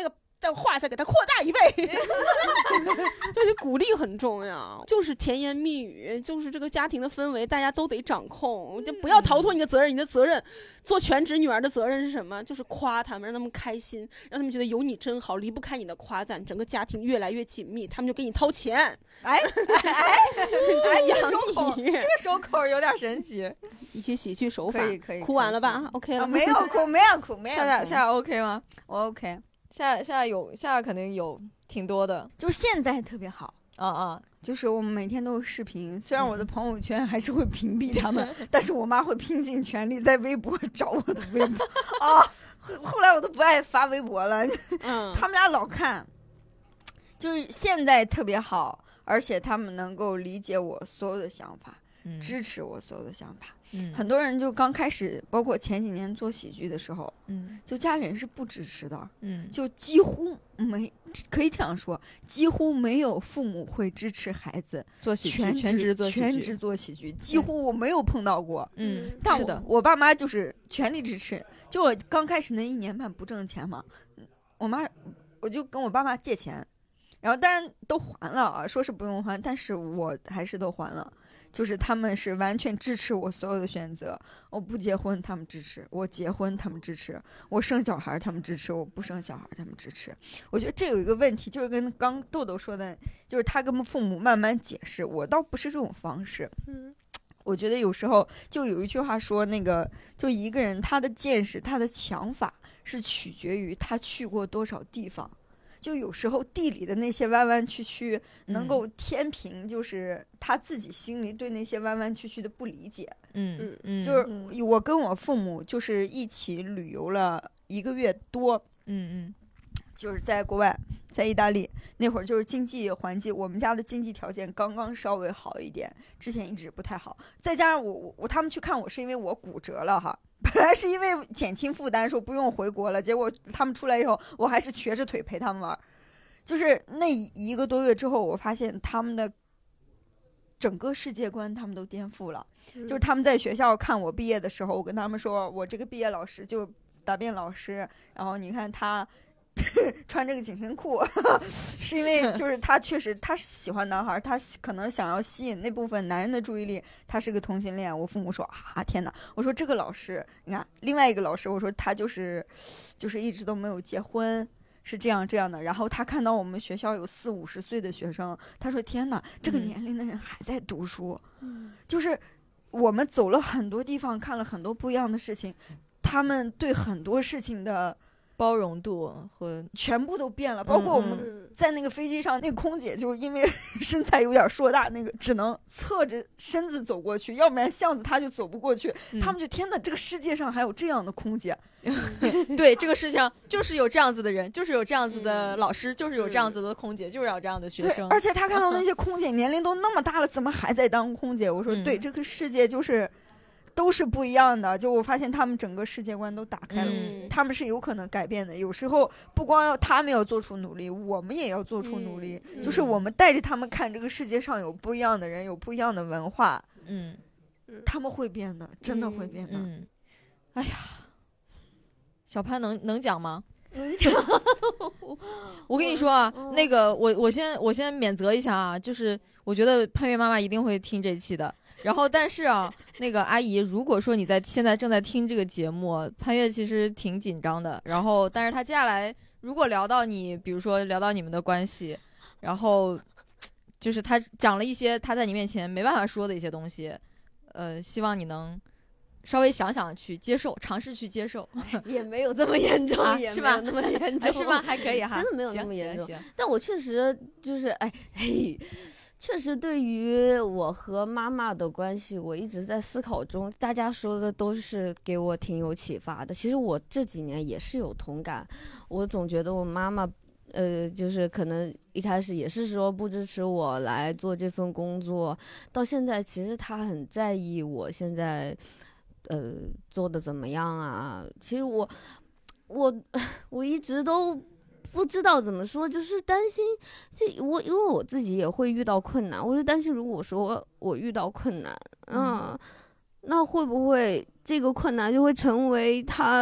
B: 再画再给它扩大一倍。就是鼓励很重要，就是甜言蜜语，就是这个家庭的氛围，大家都得掌控，就不要逃脱你的责任。你的责任，做全职女儿的责任是什么？就是夸他们，让他们开心，让他们觉得有你真好，离不开你的夸赞，整个家庭越来越紧密，他们就给你掏钱，
C: 哎哎，
B: 就养你。
A: 这个手口有点神奇。
B: 一些喜剧手法，
C: 可以可以，
B: 哭完了吧 ？OK 了、
C: 啊，没有哭，没有哭，没有哭。
A: 夏夏夏夏 OK 吗？
C: 我 OK。
A: 夏夏夏有夏夏肯定有挺多的，
C: 就是现在特别好。
A: 啊啊，
C: 就是我们每天都有视频，虽然我的朋友圈还是会屏蔽他们，但是我妈会拼尽全力在微博找我的微博啊。后来我都不爱发微博了，
B: 嗯，
C: 他们俩老看，就是现在特别好，而且他们能够理解我所有的想法，
A: 嗯、
C: 支持我所有的想法。
A: 嗯，
C: 很多人就刚开始，包括前几年做喜剧的时候，
A: 嗯，
C: 就家里人是不支持的，
A: 嗯，
C: 就几乎没，可以这样说，几乎没有父母会支持孩子
A: 做喜剧，
C: 全
A: 全职做喜剧，
C: 全职做喜剧，几乎我没有碰到过。
A: 嗯，
C: 但
A: 是的，
C: 我爸妈就是全力支持。就我刚开始那一年半不挣钱嘛，我妈我就跟我爸妈借钱，然后当然都还了啊，说是不用还，但是我还是都还了。就是他们是完全支持我所有的选择，我不结婚他们支持，我结婚他们支持，我生小孩他们支持，我不生小孩他们支持。我觉得这有一个问题，就是跟刚豆豆说的，就是他跟父母慢慢解释，我倒不是这种方式。
E: 嗯，
C: 我觉得有时候就有一句话说，那个就一个人他的见识他的想法是取决于他去过多少地方。就有时候地理的那些弯弯曲曲能够填平，就是他自己心里对那些弯弯曲曲的不理解。
A: 嗯嗯，
C: 就是我跟我父母就是一起旅游了一个月多，
A: 嗯嗯，
C: 就是在国外，在意大利那会儿，就是经济环境，我们家的经济条件刚刚稍微好一点，之前一直不太好。再加上我我他们去看我是因为我骨折了哈。本来是因为减轻负担，说不用回国了，结果他们出来以后，我还是瘸着腿陪他们玩。就是那一个多月之后，我发现他们的整个世界观他们都颠覆了。
E: 嗯、
C: 就是他们在学校看我毕业的时候，我跟他们说，我这个毕业老师就答辩老师，然后你看他穿这个紧身裤是因为就是他确实他是喜欢男孩，他可能想要吸引那部分男人的注意力，他是个同性恋。我父母说啊天哪，我说这个老师你看另外一个老师，我说他就是就是一直都没有结婚，是这样这样的。然后他看到我们学校有四五十岁的学生，他说天哪，这个年龄的人还在读书。
E: 嗯，
C: 就是我们走了很多地方，看了很多不一样的事情，他们对很多事情的
A: 包容度和
C: 全部都变了。包括我们在那个飞机上，那个空姐就是因为身材有点硕大，那个只能侧着身子走过去，要不然巷子她就走不过去。
A: 嗯、
C: 他们就天哪，这个世界上还有这样的空姐。
A: 对，这个事情就是有这样子的人，就是有这样子的老师，嗯、就是有这样子的空姐，嗯、就是有这样的学生。
C: 而且他看到那些空姐年龄都那么大了，怎么还在当空姐？我说，
A: 嗯、
C: 对，这个世界就是都是不一样的。就我发现他们整个世界观都打开了，
A: 嗯、
C: 他们是有可能改变的。有时候不光要他们要做出努力，我们也要做出努力。
A: 嗯、
C: 就是我们带着他们看这个世界上有不一样的人，有不一样的文化。
A: 嗯，
C: 他们会变的，真的会变的。
A: 嗯嗯、哎呀。小潘能能讲吗？
D: 能讲。
A: 我跟你说啊，那个我我先我先免责一下啊，就是我觉得潘越妈妈一定会听这期的。然后，但是啊，那个阿姨，如果说你在现在正在听这个节目，潘越其实挺紧张的。然后，但是他接下来如果聊到你，比如说聊到你们的关系，然后就是他讲了一些他在你面前没办法说的一些东西，呃，希望你能稍微想想去接受，尝试去接受，
D: 也没有这么严重，
A: 啊、
D: 也
A: 是吧？
D: 没有那么严重，
A: 是吗？还可以哈，
D: 真的没有那么严重。
A: 行行行，
D: 但我确实就是哎嘿，确实对于我和妈妈的关系，我一直在思考中。大家说的都是给我挺有启发的。其实我这几年也是有同感，我总觉得我妈妈。呃，就是可能一开始也是说不支持我来做这份工作，到现在其实她很在意我现在，呃，做的怎么样啊？其实我，我，我一直都不知道怎么说，就是担心这我，因为我自己也会遇到困难，我就担心如果说我遇到困难，嗯，嗯那会不会这个困难就会成为他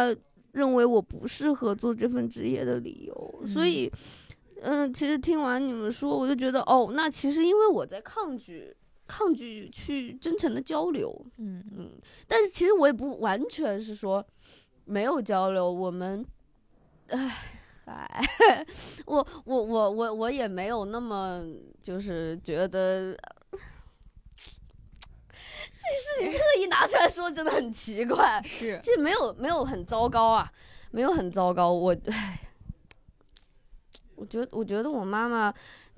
D: 认为我不适合做这份职业的理由。
A: 嗯、
D: 所以，嗯、呃，其实听完你们说，我就觉得哦，那其实因为我在抗拒。抗拒去真诚的交流，
A: 嗯
D: 嗯，但是其实我也不完全是说没有交流，我们，唉，唉，我我我我我也没有那么就是觉得这事情特意拿出来说真的很奇怪，
A: 是，
D: 这没有没有很糟糕啊，没有很糟糕，我唉，我觉得我觉得我妈妈。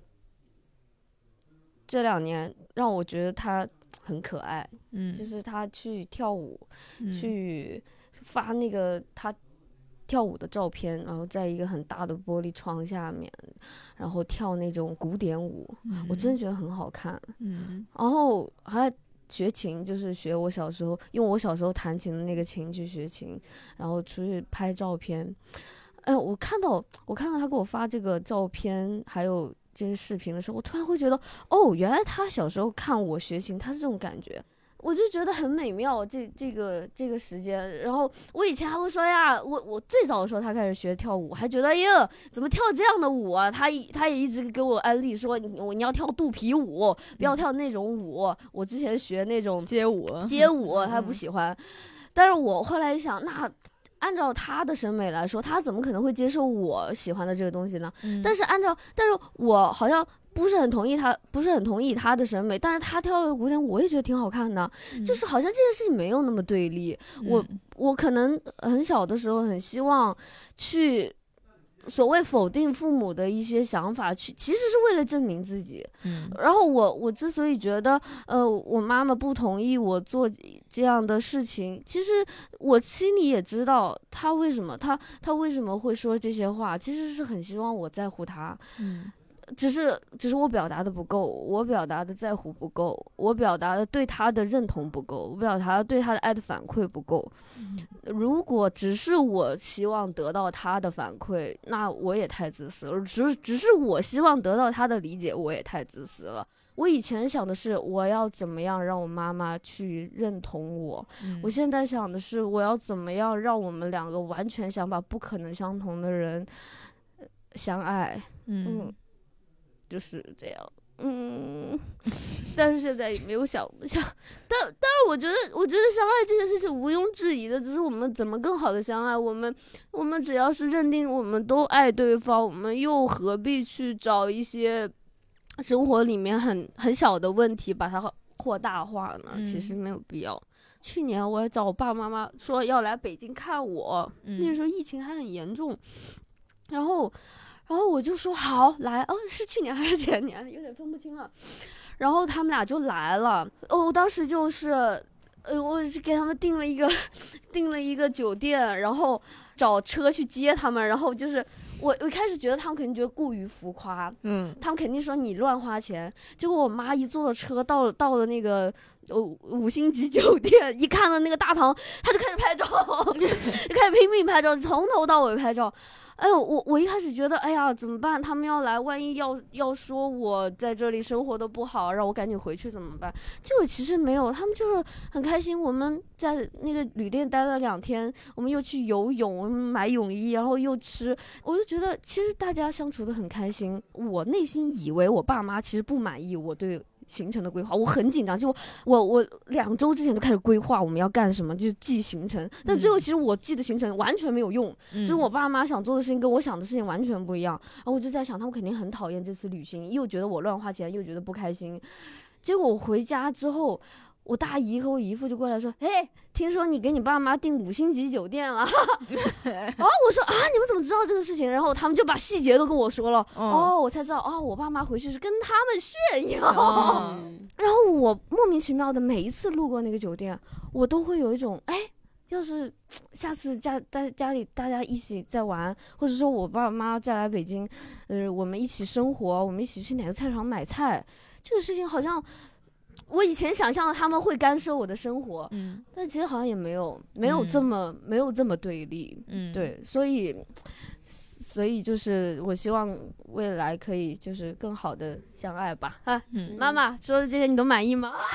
D: 这两年让我觉得她很可爱，
A: 嗯，
D: 就是她去跳舞，
A: 嗯、
D: 去发那个她跳舞的照片，然后在一个很大的玻璃窗下面，然后跳那种古典舞，
A: 嗯、
D: 我真的觉得很好看。
A: 嗯，
D: 然后还学琴，就是学我小时候用我小时候弹琴的那个琴去学琴，然后出去拍照片。哎，我看到我看到她给我发这个照片，还有。这些视频的时候，我突然会觉得，哦，原来他小时候看我学琴，他是这种感觉，我就觉得很美妙。这这个这个时间，然后我以前还会说呀，我我最早的时候他开始学跳舞，还觉得哎呀，怎么跳这样的舞啊？他他也一直给我安利说，你你要跳肚皮舞，不要跳那种舞。我之前学那种
A: 街舞，
D: 街舞他不喜欢，嗯、但是我后来一想，那。按照他的审美来说，他怎么可能会接受我喜欢的这个东西呢？嗯、但是按照，但是我好像不是很同意他，不是很同意他的审美。但是他跳的古典舞，我也觉得挺好看的，嗯、就是好像这件事情没有那么对立。嗯、我我可能很小的时候很希望去。所谓否定父母的一些想法，去其实是为了证明自己。嗯，然后我我之所以觉得，呃，我妈妈不同意我做这样的事情，其实我心里也知道她为什么，她她为什么会说这些话，其实是很希望我在乎她。嗯。只是，只是我表达的不够，我表达的在乎不够，我表达的对他的认同不够，我表达的对他的爱的反馈不够。嗯、如果只是我希望得到他的反馈，那我也太自私了。只只是我希望得到他的理解，我也太自私了。我以前想的是我要怎么样让我妈妈去认同我，嗯、我现在想的是我要怎么样让我们两个完全想法不可能相同的人相爱。嗯。嗯就是这样，嗯，但是现在也没有想想，但但是我觉得，我觉得相爱这件事情毋庸置疑的，只是我们怎么更好的相爱。我们我们只要是认定我们都爱对方，我们又何必去找一些生活里面很很小的问题把它扩大化呢？嗯、其实没有必要。去年我也找我爸爸妈妈说要来北京看我，嗯、那个时候疫情还很严重，然后。然后我就说好来，哦，是去年还是前年，有点分不清了。然后他们俩就来了，哦，我当时就是，呃，我是给他们订了一个，订了一个酒店，然后找车去接他们，然后就是我我一开始觉得他们肯定觉得过于浮夸，嗯，他们肯定说你乱花钱。结果我妈一坐了车，到了到了那个呃五星级酒店，一看到那个大堂，他就开始拍照，就开始拼命拍照，从头到尾拍照。哎呦，我我一开始觉得，哎呀，怎么办？他们要来，万一要要说我在这里生活的不好，让我赶紧回去怎么办？结果其实没有，他们就是很开心。我们在那个旅店待了两天，我们又去游泳，我们买泳衣，然后又吃，我就觉得其实大家相处的很开心。我内心以为我爸妈其实不满意我对行程的规划，我很紧张，就我我我两周之前就开始规划我们要干什么，就是记行程，但最后其实我记的行程完全没有用，嗯、就是我爸妈想做的事情跟我想的事情完全不一样，然后我就在想他们肯定很讨厌这次旅行，又觉得我乱花钱，又觉得不开心。结果我回家之后，我大姨和我姨父就过来说，嘿，听说你给你爸妈订五星级酒店了。然后我说啊，你们怎么知道这个事情？然后他们就把细节都跟我说了。哦，哦我才知道，哦，我爸妈回去是跟他们炫耀。哦、然后我莫名其妙的每一次路过那个酒店，我都会有一种，哎，要是下次家在家里大家一起在玩，或者说我爸妈再来北京，呃，我们一起生活，我们一起去哪个菜场买菜，这个事情好像。我以前想象的他们会干涉我的生活，嗯，但其实好像也没有，没有这么、嗯、没有这么对立，嗯，对，所以，所以就是我希望未来可以就是更好的相爱吧，啊，嗯、妈妈说的这些你都满意吗？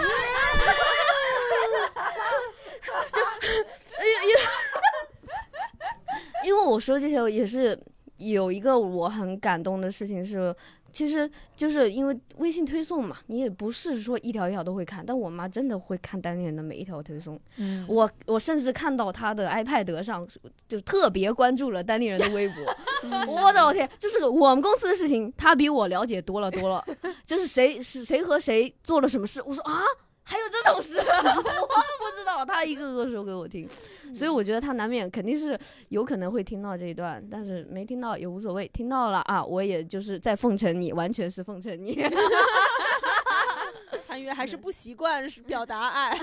D: 就，因为我说这些也是有一个我很感动的事情是。其实就是因为微信推送嘛，你也不是说一条一条都会看，但我妈真的会看单立人的每一条推送。嗯，我我甚至看到她的 iPad 上就特别关注了单立人的微博。我的老天，就是我们公司的事情，她比我了解多了多了。就是谁是谁和谁做了什么事，我说啊。还有这种事，我都不知道，他一个个说给我听，所以我觉得他难免肯定是有可能会听到这一段，但是没听到也无所谓，听到了啊，我也就是在奉承你，完全是奉承你。
B: 韩月还是不习惯表达爱，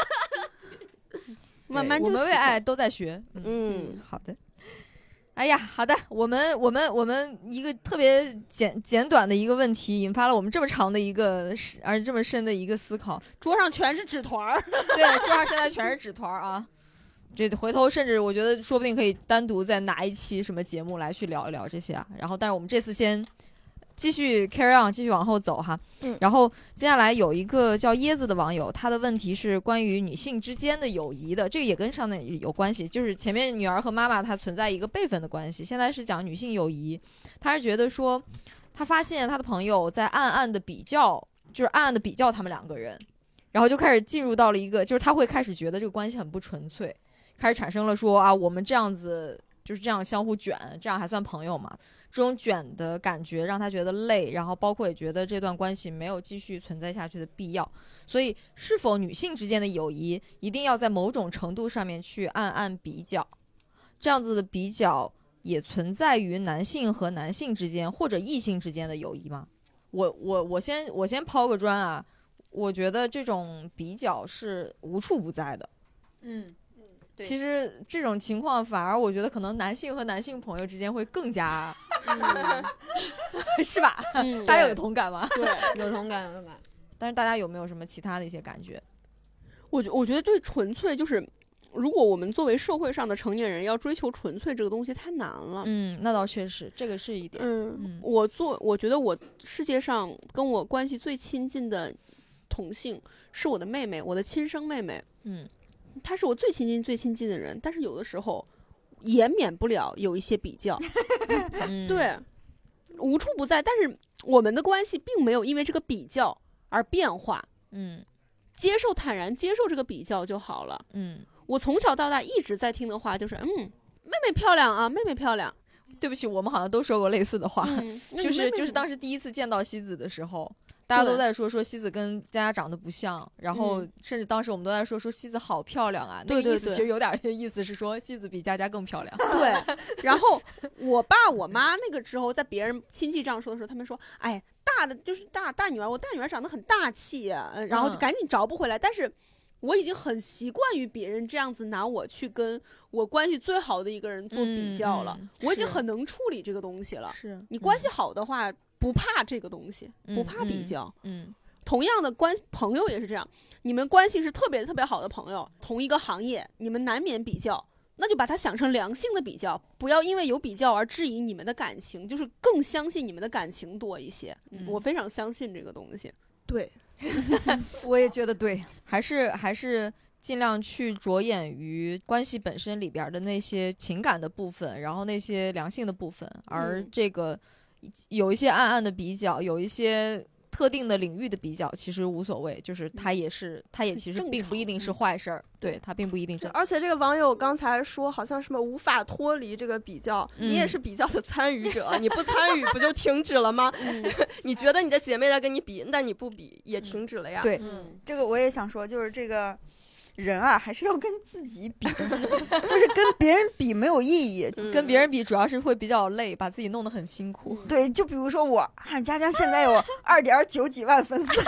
B: 慢慢就
F: 我们为爱都在学。嗯，
D: 嗯
F: 好的。哎呀，好的，我们我们我们一个特别简简短的一个问题，引发了我们这么长的一个而且这么深的一个思考。
B: 桌上全是纸团儿，
F: 对，桌上现在全是纸团啊。这回头甚至我觉得说不定可以单独再拿一期什么节目来去聊一聊这些啊。然后，但是我们这次先继续 carry on， 继续往后走哈。
D: 嗯。
F: 然后接下来有一个叫椰子的网友，他的问题是关于女性之间的友谊的，这个也跟上面有关系。就是前面女儿和妈妈她存在一个辈分的关系，现在是讲女性友谊。他是觉得说，他发现他的朋友在暗暗的比较，就是暗暗的比较他们两个人，然后就开始进入到了一个，就是他会开始觉得这个关系很不纯粹，开始产生了说啊，我们这样子就是这样相互卷，这样还算朋友吗？这种卷的感觉让他觉得累，然后包括也觉得这段关系没有继续存在下去的必要。所以是否女性之间的友谊一定要在某种程度上面去暗暗比较，这样子的比较也存在于男性和男性之间或者异性之间的友谊吗？我我我先我先抛个砖啊，我觉得这种比较是无处不在的。
C: 嗯，
F: 其实这种情况反而我觉得可能男性和男性朋友之间会更加，嗯、是吧？
D: 嗯、
F: 大家有同感吗？
D: 对，有同感，有同感。
F: 但是大家有没有什么其他的一些感觉？
B: 我觉我觉得对纯粹就是，如果我们作为社会上的成年人要追求纯粹这个东西太难了。
F: 嗯，那倒确实，这个是一点。
B: 嗯，
F: 嗯
B: 我做我觉得我世界上跟我关系最亲近的同性是我的妹妹，我的亲生妹妹。
F: 嗯。
B: 他是我最亲近、最亲近的人，但是有的时候也免不了有一些比较，
F: 嗯、
B: 对，无处不在。但是我们的关系并没有因为这个比较而变化，
F: 嗯，
B: 接受、坦然接受这个比较就好了。
F: 嗯，
B: 我从小到大一直在听的话就是，嗯，妹妹漂亮啊，妹妹漂亮。
F: 对不起，我们好像都说过类似的话，
B: 嗯、
F: 就是
B: 妹妹
F: 就是当时第一次见到西子的时候。大家都在说说西子跟佳佳长得不像，然后甚至当时我们都在说说西子好漂亮啊。
B: 对对对，
F: 那个意思其实有点意思是说西子比佳佳更漂亮。
B: 对，然后我爸我妈那个时候在别人亲戚这样说的时候，他们说，哎，大的就是大大女儿，我大女儿长得很大气啊，然后就赶紧找不回来。嗯、但是我已经很习惯于别人这样子拿我去跟我关系最好的一个人做比较了，
F: 嗯嗯、
B: 我已经很能处理这个东西了。
F: 是
B: 你关系好的话。嗯不怕这个东西，不怕比较。
F: 嗯，嗯
B: 同样的关朋友也是这样，你们关系是特别特别好的朋友，同一个行业，你们难免比较，那就把它想成良性的比较，不要因为有比较而质疑你们的感情，就是更相信你们的感情多一些。嗯、我非常相信这个东西。
C: 对，我也觉得对，
F: 还是还是。尽量去着眼于关系本身里边的那些情感的部分，然后那些良性的部分，而这个有一些暗暗的比较，有一些特定的领域的比较，其实无所谓，就是它也是，它也其实并不一定是坏事儿，对，它并不一定正常。
E: 而且这个网友刚才说，好像什么无法脱离这个比较，
F: 嗯、
E: 你也是比较的参与者，你不参与不就停止了吗？嗯、你觉得你的姐妹在跟你比，但你不比也停止了呀。
C: 对，
B: 嗯、
C: 这个我也想说，就是这个。人啊，还是要跟自己比，就是跟别人比没有意义。
F: 嗯、跟别人比，主要是会比较累，把自己弄得很辛苦。
C: 嗯、对，就比如说我，汉佳佳现在有二点九几万粉丝，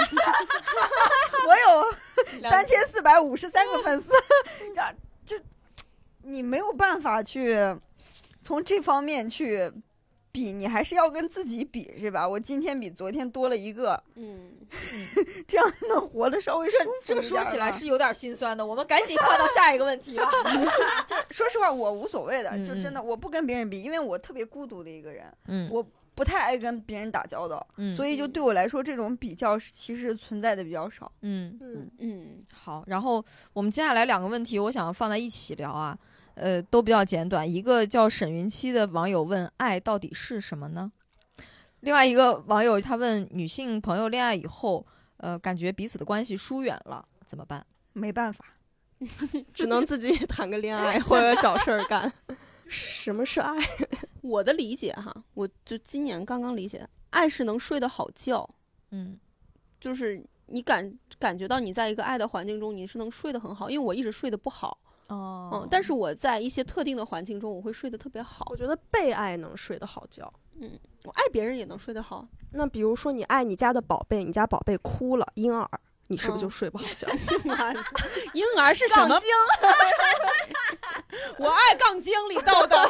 C: 我有三千四百五十三个粉丝，就你没有办法去从这方面去比，你还是要跟自己比，是吧？我今天比昨天多了一个，嗯。嗯，这样能活得稍微舒服一点。
F: 这个说起来是有点心酸的，我们赶紧换到下一个问题吧。
C: 说实话，我无所谓的，嗯、就真的我不跟别人比，因为我特别孤独的一个人，嗯，我不太爱跟别人打交道，嗯，所以就对我来说，这种比较其实存在的比较少。
F: 嗯嗯嗯，好。然后我们接下来两个问题，我想放在一起聊啊。 呃，都比较简短。一个叫沈云七的网友问：爱到底是什么呢？另外一个网友他问：女性朋友恋爱以后，呃，感觉彼此的关系疏远了，怎么办？
C: 没办法，
E: 只能自己谈个恋爱或者找事儿干。什么是爱？
B: 我的理解哈，我就今年刚刚理解，爱是能睡得好觉，
F: 嗯，
B: 就是你感感觉到你在一个爱的环境中，你是能睡得很好。因为我一直睡得不好，
F: 哦，
B: 嗯，但是我在一些特定的环境中，我会睡得特别好
E: 我。觉得被爱能睡得好觉。
B: 嗯，我爱别人也能睡得好。
E: 那比如说你爱你家的宝贝，你家宝贝哭了，婴儿，你是不是就睡不好觉？
B: 婴儿是什么？我爱杠精里豆豆。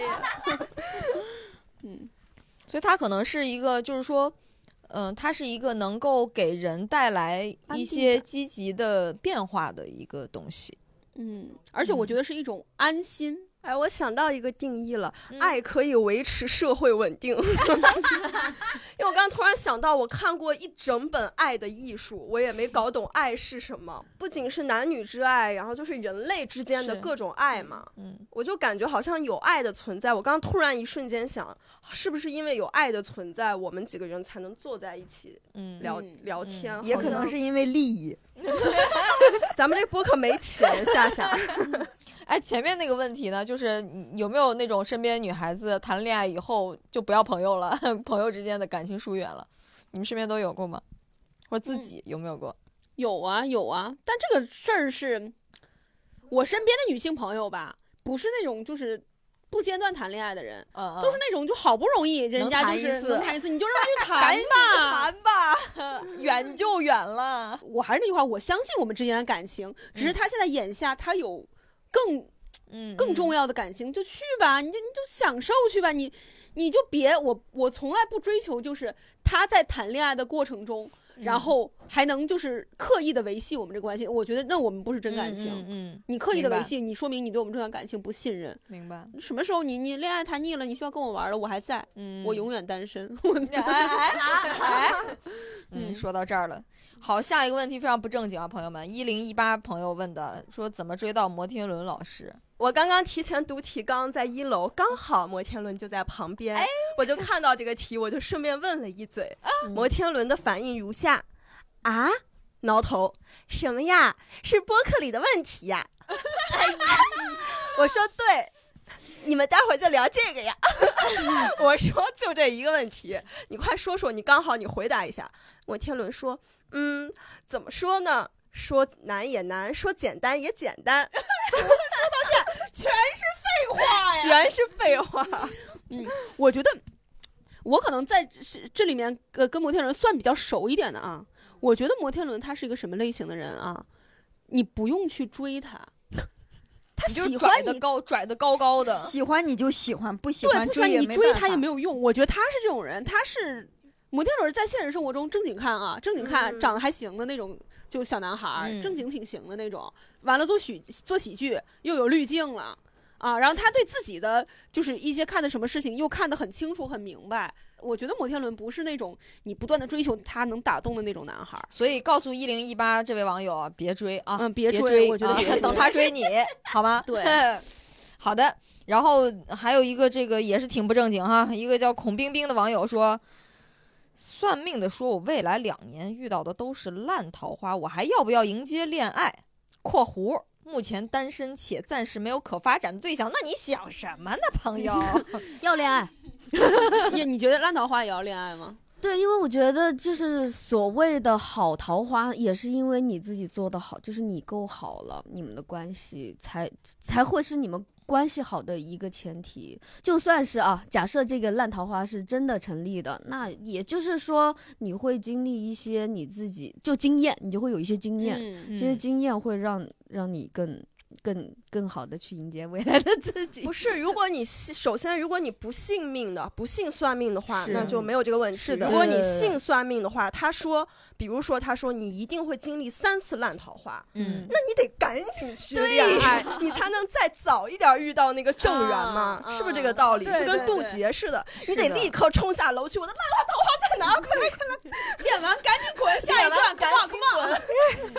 B: 嗯，
F: 所以它可能是一个，就是说，嗯、呃，它是一个能够给人带来一些积极的变化的一个东西。
B: 嗯，而且我觉得是一种安心。
E: 哎，我想到一个定义了，
F: 嗯、
E: 爱可以维持社会稳定。因为我刚刚突然想到，我看过一整本《爱的艺术》，我也没搞懂爱是什么。不仅是男女之爱，然后就是人类之间的各种爱嘛。
F: 嗯，
E: 我就感觉好像有爱的存在。我刚刚突然一瞬间想，是不是因为有爱的存在，我们几个人才能坐在一起聊、
B: 嗯、
E: 聊天、
F: 嗯？
C: 也可能是因为利益。
E: 咱们这播客没钱，夏夏。
F: 哎，前面那个问题呢，就是有没有那种身边女孩子谈恋爱以后就不要朋友了，朋友之间的感情疏远了？你们身边都有过吗？或者自己有没有过？
B: 嗯、有啊，有啊。但这个事儿是我身边的女性朋友吧，不是那种就是不间断谈恋爱的人，
F: 嗯嗯，
B: 都是那种就好不容易人家就是能谈一次，你就让他去谈吧，
F: 谈吧，远就远了。
B: 我还是那句话，我相信我们之间的感情，只是他现在眼下他有更
F: 嗯
B: 更重要的感情，就去吧，你就你就享受去吧，你你就别我我从来不追求就是他在谈恋爱的过程中。然后还能就是刻意的维系我们这个关系，我觉得那我们不是真感情。
F: 嗯，嗯嗯，
B: 你刻意的维系，你说明你对我们这段感情不信任。
F: 明白？
B: 什么时候你你恋爱谈腻了，你需要跟我玩了，我还在，
F: 嗯，
B: 我永远单身。
F: 哎哎哎，嗯，说到这儿了，好，下一个问题非常不正经啊，朋友们，一零一八朋友问的，说怎么追到摩天轮老师？
E: 我刚刚提前读提纲在一楼，刚好摩天轮就在旁边，哎、我就看到这个题，我就顺便问了一嘴。嗯、摩天轮的反应如下：啊，挠头，什么呀？是播客里的问题呀？我说对，你们待会儿就聊这个呀。我说就这一个问题，你快说说，你刚好你回答一下。摩天轮说，嗯，怎么说呢？说难也难，说简单也简单。
B: 说到这全是废话呀，
E: 全是废话。
B: 嗯，我觉得我可能在这里面呃跟摩天轮算比较熟一点的啊。我觉得摩天轮他是一个什么类型的人啊？你不用去追他，他喜欢
F: 你，高拽的高高的，
C: 喜欢你就喜欢，不喜欢追也没办法。
B: 你追他也没有用。我觉得他是这种人，他是。摩天轮在现实生活中正经看啊，正经看、嗯、长得还行的那种，就小男孩、嗯，正经挺行的那种。完了做喜做喜剧又有滤镜了啊，然后他对自己的就是一些看的什么事情又看得很清楚很明白。我觉得摩天轮不是那种你不断的追求他能打动的那种男孩。
F: 所以告诉一零一八这位网友啊，别追啊，
B: 嗯，别
F: 追，
B: 别追我觉得别追、
F: 啊、等他追你，好吗？
B: 对，
F: 好的。然后还有一个这个也是挺不正经哈，一个叫孔冰冰的网友说。算命的说我未来两年遇到的都是烂桃花，我还要不要迎接恋爱？括弧目前单身且暂时没有可发展的对象，那你想什么呢，朋友？
D: 要恋爱？
B: 你你觉得烂桃花也要恋爱吗？
D: 对，因为我觉得就是所谓的好桃花，也是因为你自己做得好，就是你够好了，你们的关系才才会是你们关系好的一个前提。就算是啊，假设这个烂桃花是真的成立的，那也就是说你会经历一些你自己就经验，你就会有一些经验，
B: 嗯、
D: 这些经验会让让你更更更好的去迎接未来的自己。
E: 不是，如果你首先如果你不信命的，不信算命的话，那就没有这个问题。
F: 是的，
E: 如果你信算命的话，他说，比如说他说你一定会经历三次烂桃花，
F: 嗯，
E: 那你得赶紧去恋爱，你才能再早一点遇到那个正缘嘛，
B: 啊、
E: 是不是这个道理？
B: 对对对，
E: 就跟渡劫似的，
F: 是
E: 你得立刻冲下楼去，我的烂桃花在哪儿？快来快来，
B: 练完赶紧滚，下一段
E: 赶紧滚。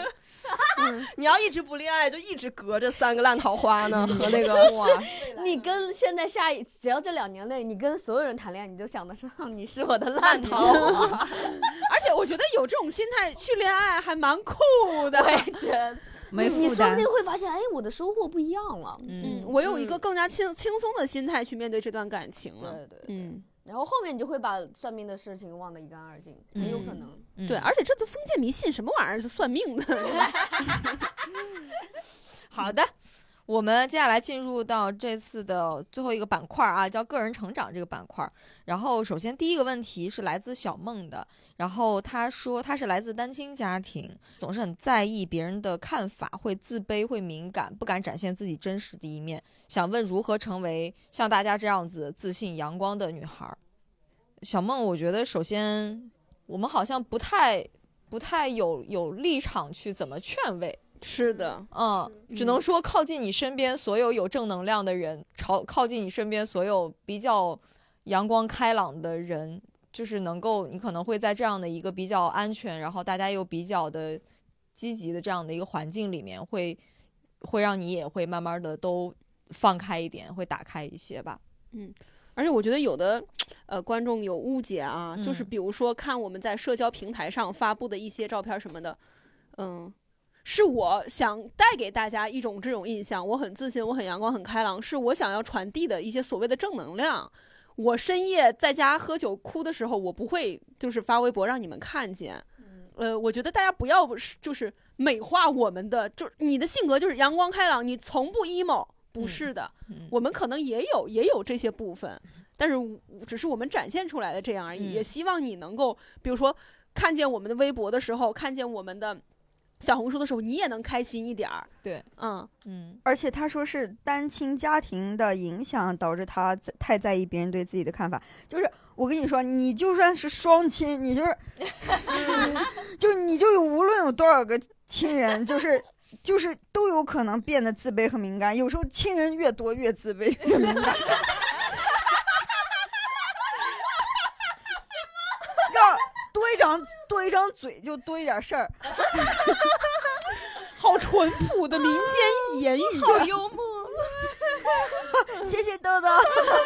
E: 嗯，你要一直不恋爱，就一直隔着三个烂桃花呢，和那个哇，
D: 你跟现在下一只要这两年内，你跟所有人谈恋爱，你都想的是你是我的烂桃花。
B: 而且我觉得有这种心态去恋爱还蛮酷的。
D: 我也觉得。
C: 没负担
D: 你说不定会发现，哎，我的收获不一样了。
B: 嗯，我有一个更加轻轻松的心态去面对这段感情了。
D: 对对，
B: 嗯。
D: 然后后面你就会把算命的事情忘得一干二净，很有可能。
B: 嗯、对，而且这都封建迷信，什么玩意儿是算命的？
F: 好的。我们接下来进入到这次的最后一个板块啊，叫个人成长这个板块。然后首先第一个问题是来自小梦的，然后他说他是来自单亲家庭，总是很在意别人的看法，会自卑，会敏感，不敢展现自己真实的一面。想问如何成为像大家这样子自信阳光的女孩？小梦，我觉得首先我们好像不太不太有有立场去怎么劝慰。
B: 是的，
F: 嗯，只能说靠近你身边所有有正能量的人，朝靠近你身边所有比较阳光开朗的人，就是能够，你可能会在这样的一个比较安全，然后大家又比较的积极的这样的一个环境里面，会会让你也会慢慢的都放开一点，会打开一些吧。
B: 嗯。而且我觉得有的，呃，观众有误解啊，嗯、就是比如说看我们在社交平台上发布的一些照片什么的，嗯。是我想带给大家一种这种印象，我很自信，我很阳光，很开朗，是我想要传递的一些所谓的正能量。我深夜在家喝酒哭的时候，我不会就是发微博让你们看见。呃，我觉得大家不要就是美化我们的，就你的性格就是阳光开朗，你从不 emo， 不是的，嗯、我们可能也有也有这些部分，但是只是我们展现出来的这样而已。嗯、也希望你能够，比如说看见我们的微博的时候，看见我们的小红书的时候，你也能开心一点儿。
F: 对，
B: 嗯
C: 嗯。而且他说是单亲家庭的影响导致他太在意别人对自己的看法。就是我跟你说，你就算是双亲，你就是，就你就有无论有多少个亲人，就是就是都有可能变得自卑和敏感。有时候亲人越多越自卑越敏感。多一张多一张嘴就多一点事儿，
B: 好淳朴的民间言语，
E: 好幽默。
C: 谢谢豆豆。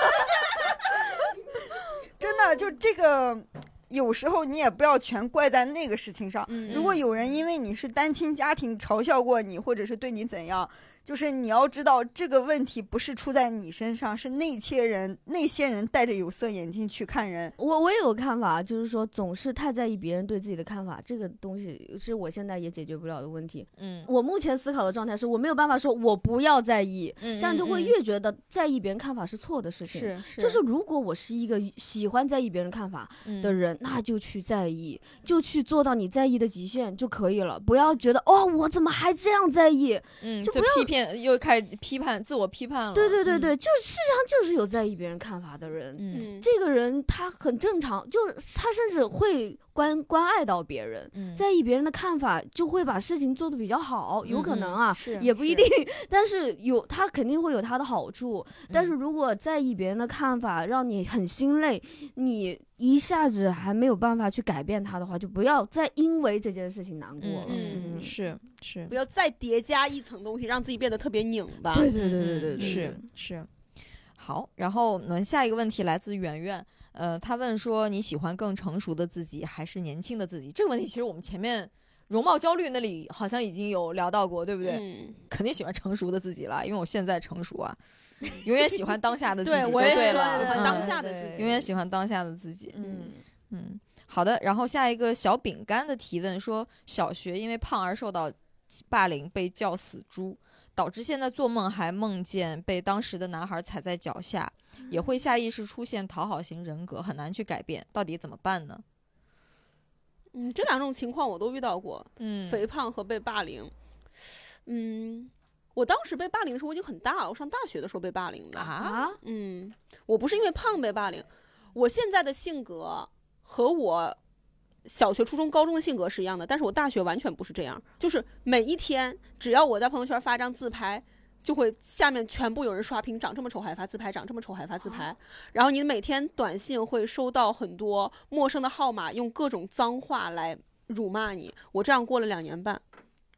C: 真的，就这个，有时候你也不要全怪在那个事情上。嗯、如果有人因为你是单亲家庭嘲笑过你，或者是对你怎样，就是你要知道这个问题不是出在你身上，是那些人那些人戴着有色眼镜去看人。
D: 我我也有看法，就是说总是太在意别人对自己的看法，这个东西是我现在也解决不了的问题。嗯，我目前思考的状态是我没有办法说我不要在意，嗯、这样就会越觉得在意别人看法是错的事情。
F: 是，是
D: 就是如果我是一个喜欢在意别人看法的人，嗯、那就去在意，就去做到你在意的极限就可以了。不要觉得哦，我怎么还这样在意？嗯，就不要
F: 批评，又开始批判，自我批判了。
D: 对对对对，嗯、就是世界上就是有在意别人看法的人。嗯，这个人他很正常，就是他甚至会关关爱到别人，嗯、在意别人的看法，就会把事情做得比较好。有可能啊，
F: 嗯、
D: 也不一定，但是有他肯定会有他的好处。嗯、但是如果在意别人的看法，让你很心累，你一下子还没有办法去改变他的话，就不要再因为这件事情难过了。
F: 嗯，嗯是是，
B: 不要再叠加一层东西，让自己变得特别拧巴。
D: 对对对对对，对
F: 是是。好，然后我们下一个问题来自圆圆，呃，他问说你喜欢更成熟的自己还是年轻的自己？这个问题其实我们前面容貌焦虑那里好像已经有聊到过，对不对？嗯，肯定喜欢成熟的自己了，因为我现在成熟啊，永远喜欢当下的自己就对了。
B: 对，我也喜欢当下的自己，
F: 永远喜欢当下的自己。嗯嗯，好的。然后下一个小饼干的提问说，小学因为胖而受到霸凌，被叫死猪。导致现在做梦还梦见被当时的男孩踩在脚下，也会下意识出现讨好型人格，很难去改变，到底怎么办呢？
B: 嗯，这两种情况我都遇到过，嗯，肥胖和被霸凌。嗯，我当时被霸凌的时候我已经很大了，我上大学的时候被霸凌的
F: 啊。
B: 嗯，我不是因为胖被霸凌，我现在的性格和我小学、初中、高中的性格是一样的，但是我大学完全不是这样，就是每一天只要我在朋友圈发张自拍，就会下面全部有人刷屏，长这么丑还发自拍，长这么丑还发自拍，然后你每天短信会收到很多陌生的号码用各种脏话来辱骂你，我这样过了两年半。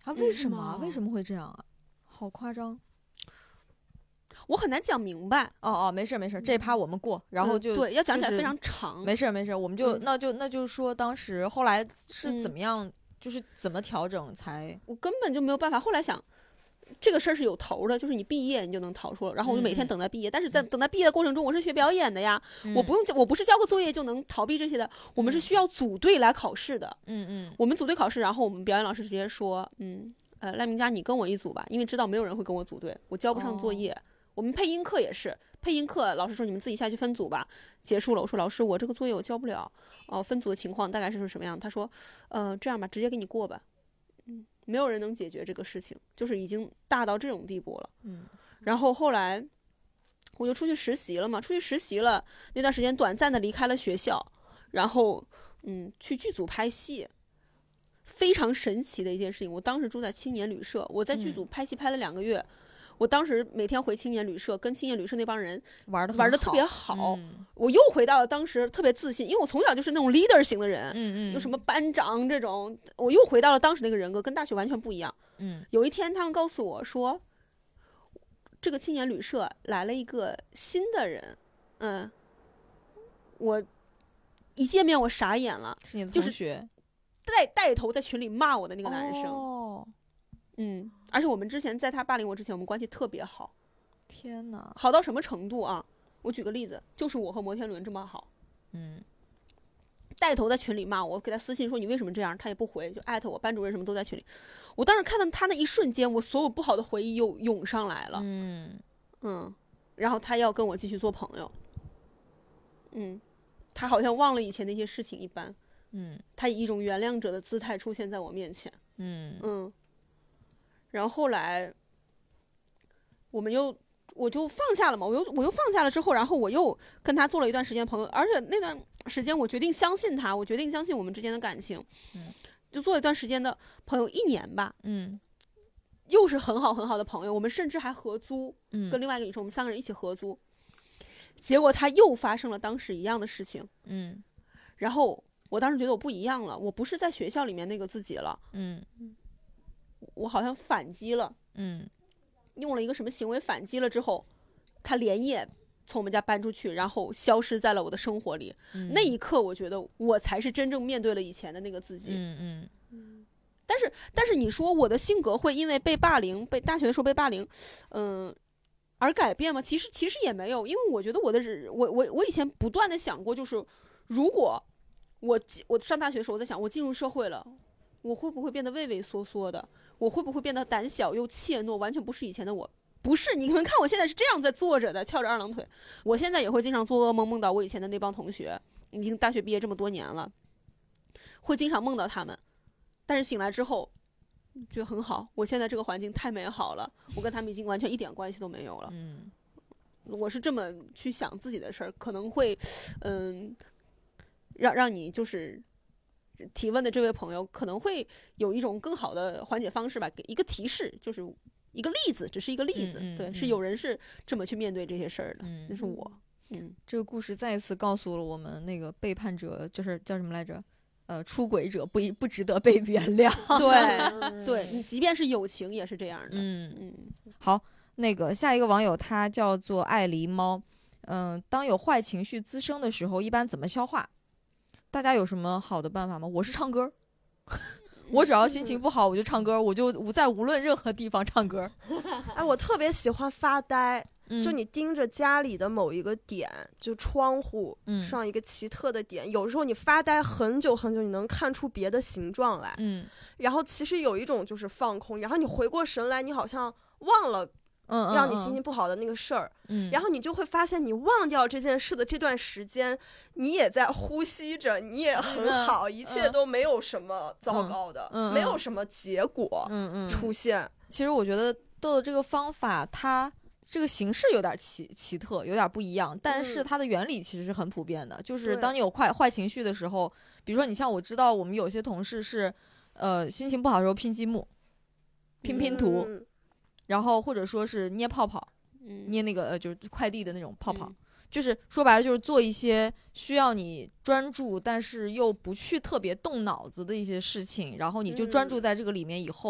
F: 啊？为什么？
B: 嗯
F: 为什么会这样啊？好夸张！
B: 我很难讲明白。
F: 哦哦，没事没事，这趴我们过，然后就、
B: 嗯、对，要讲起来
F: 就是
B: 非常长。
F: 没事没事，我们就、
B: 嗯、
F: 那就那就说当时后来是怎么样，
B: 嗯、
F: 就是怎么调整才？
B: 我根本就没有办法。后来想，这个事儿是有头的，就是你毕业你就能逃出了。然后我就每天等他毕业，嗯、但是在等他毕业的过程中，我是学表演的呀，嗯、我不用，我不是交个作业就能逃避这些的。我们是需要组队来考试的。
F: 嗯嗯，
B: 我们组队考试，然后我们表演老师直接说，嗯呃，赖明佳你跟我一组吧，因为知道没有人会跟我组队，我交不上作业。哦、我们配音课也是，配音课老师说你们自己下去分组吧。结束了，我说老师我这个作业我交不了，哦、呃，分组的情况大概是什么样？他说，呃，这样吧，直接给你过吧。嗯，没有人能解决这个事情，就是已经大到这种地步了。
F: 嗯，
B: 然后后来我就出去实习了嘛，出去实习了那段时间短暂的离开了学校，然后嗯去剧组拍戏。非常神奇的一件事情，我当时住在青年旅社，我在剧组拍戏拍了两个月。嗯、我当时每天回青年旅社，跟青年旅社那帮人
F: 玩的
B: 玩的特别好。
F: 嗯、
B: 我又回到了当时特别自信，因为我从小就是那种 leader 型的人，
F: 嗯嗯，
B: 有什么班长这种，我又回到了当时那个人格，跟大学完全不一样。
F: 嗯，
B: 有一天他们告诉我说，这个青年旅社来了一个新的人，嗯，我一见面我傻眼了，
F: 是你的同学。
B: 就是带带头在群里骂我的那个男生，
F: 哦，
B: 嗯，而且我们之前在他霸凌我之前，我们关系特别好。
F: 天哪，
B: 好到什么程度啊？我举个例子，就是我和摩天轮这么好，
F: 嗯，
B: 带头在群里骂我，我给他私信说你为什么这样，他也不回，就艾特我，班主任什么都在群里。我当时看到他那一瞬间，我所有不好的回忆又涌上来了，
F: 嗯
B: 嗯，然后他要跟我继续做朋友，嗯，他好像忘了以前那些事情一般。
F: 嗯，
B: 他以一种原谅者的姿态出现在我面前。
F: 嗯
B: 嗯，然后后来我们又我就放下了嘛，我又我又放下了之后，然后我又跟他做了一段时间朋友，而且那段时间我决定相信他，我决定相信我们之间的感情。
F: 嗯，
B: 就做了一段时间的朋友，一年吧。
F: 嗯，
B: 又是很好很好的朋友，我们甚至还合租，
F: 嗯，
B: 跟另外一个女生，我们三个人一起合租。结果他又发生了当时一样的事情。
F: 嗯，
B: 然后。我当时觉得我不一样了，我不是在学校里面那个自己了，
F: 嗯，
B: 我好像反击了，
F: 嗯，
B: 用了一个什么行为反击了之后，他连夜从我们家搬出去，然后消失在了我的生活里。
F: 嗯、
B: 那一刻，我觉得我才是真正面对了以前的那个自己。
F: 嗯嗯。
B: 但是，但是你说我的性格会因为被霸凌，被大学的时候被霸凌，嗯、呃，而改变吗？其实，其实也没有，因为我觉得我的我我我以前不断的想过，就是如果。我我上大学的时候，我在想，我进入社会了，我会不会变得畏畏缩缩的？我会不会变得胆小又怯懦，完全不是以前的我？不是，你们看我现在是这样在坐着的，翘着二郎腿。我现在也会经常做噩梦，梦到我以前的那帮同学，已经大学毕业这么多年了，会经常梦到他们。但是醒来之后，觉得很好，我现在这个环境太美好了，我跟他们已经完全一点关系都没有了。
F: 嗯，
B: 我是这么去想自己的事儿，可能会，嗯。让让你就是提问的这位朋友可能会有一种更好的缓解方式吧，给一个提示，就是一个例子，只是一个例子。
F: 嗯嗯、
B: 对，
F: 嗯、
B: 是有人是这么去面对这些事儿的，
F: 嗯、
B: 那是我。嗯，
F: 这个故事再一次告诉了我们，那个背叛者就是叫什么来着？呃，出轨者不不值得被原谅。
B: 对，对你即便是友情也是这样的。
F: 嗯
B: 嗯，
F: 好，那个下一个网友他叫做爱狸猫，嗯、呃，当有坏情绪滋生的时候，一般怎么消化？大家有什么好的办法吗？我是唱歌，我只要心情不好我就唱歌，我就在无论任何地方唱歌。
E: 哎，我特别喜欢发呆，
F: 嗯、
E: 就你盯着家里的某一个点，就窗户上一个奇特的点，嗯、有时候你发呆很久很久，你能看出别的形状来。
F: 嗯，
E: 然后其实有一种就是放空，然后你回过神来，你好像忘了。
F: 嗯，
E: 让你心情不好的那个事儿，
F: 嗯，
E: 然后你就会发现，你忘掉这件事的这段时间，你也在呼吸着，你也很好，嗯、一切都没有什么糟糕的，
F: 嗯、
E: 没有什么结果，
F: 嗯嗯
E: 出现。
F: 嗯嗯、其实我觉得豆豆这个方法，它这个形式有点奇奇特，有点不一样，但是它的原理其实是很普遍的，嗯、就是当你有坏坏情绪的时候，比如说你像我知道我们有些同事是，呃，心情不好的时候拼积木，拼拼图。
E: 嗯
F: 然后或者说是捏泡泡，
B: 嗯、
F: 捏那个呃就是快递的那种泡泡，
B: 嗯、
F: 就是说白了就是做一些需要你专注，但是又不去特别动脑子的一些事情，然后你就专注在这个里面以后，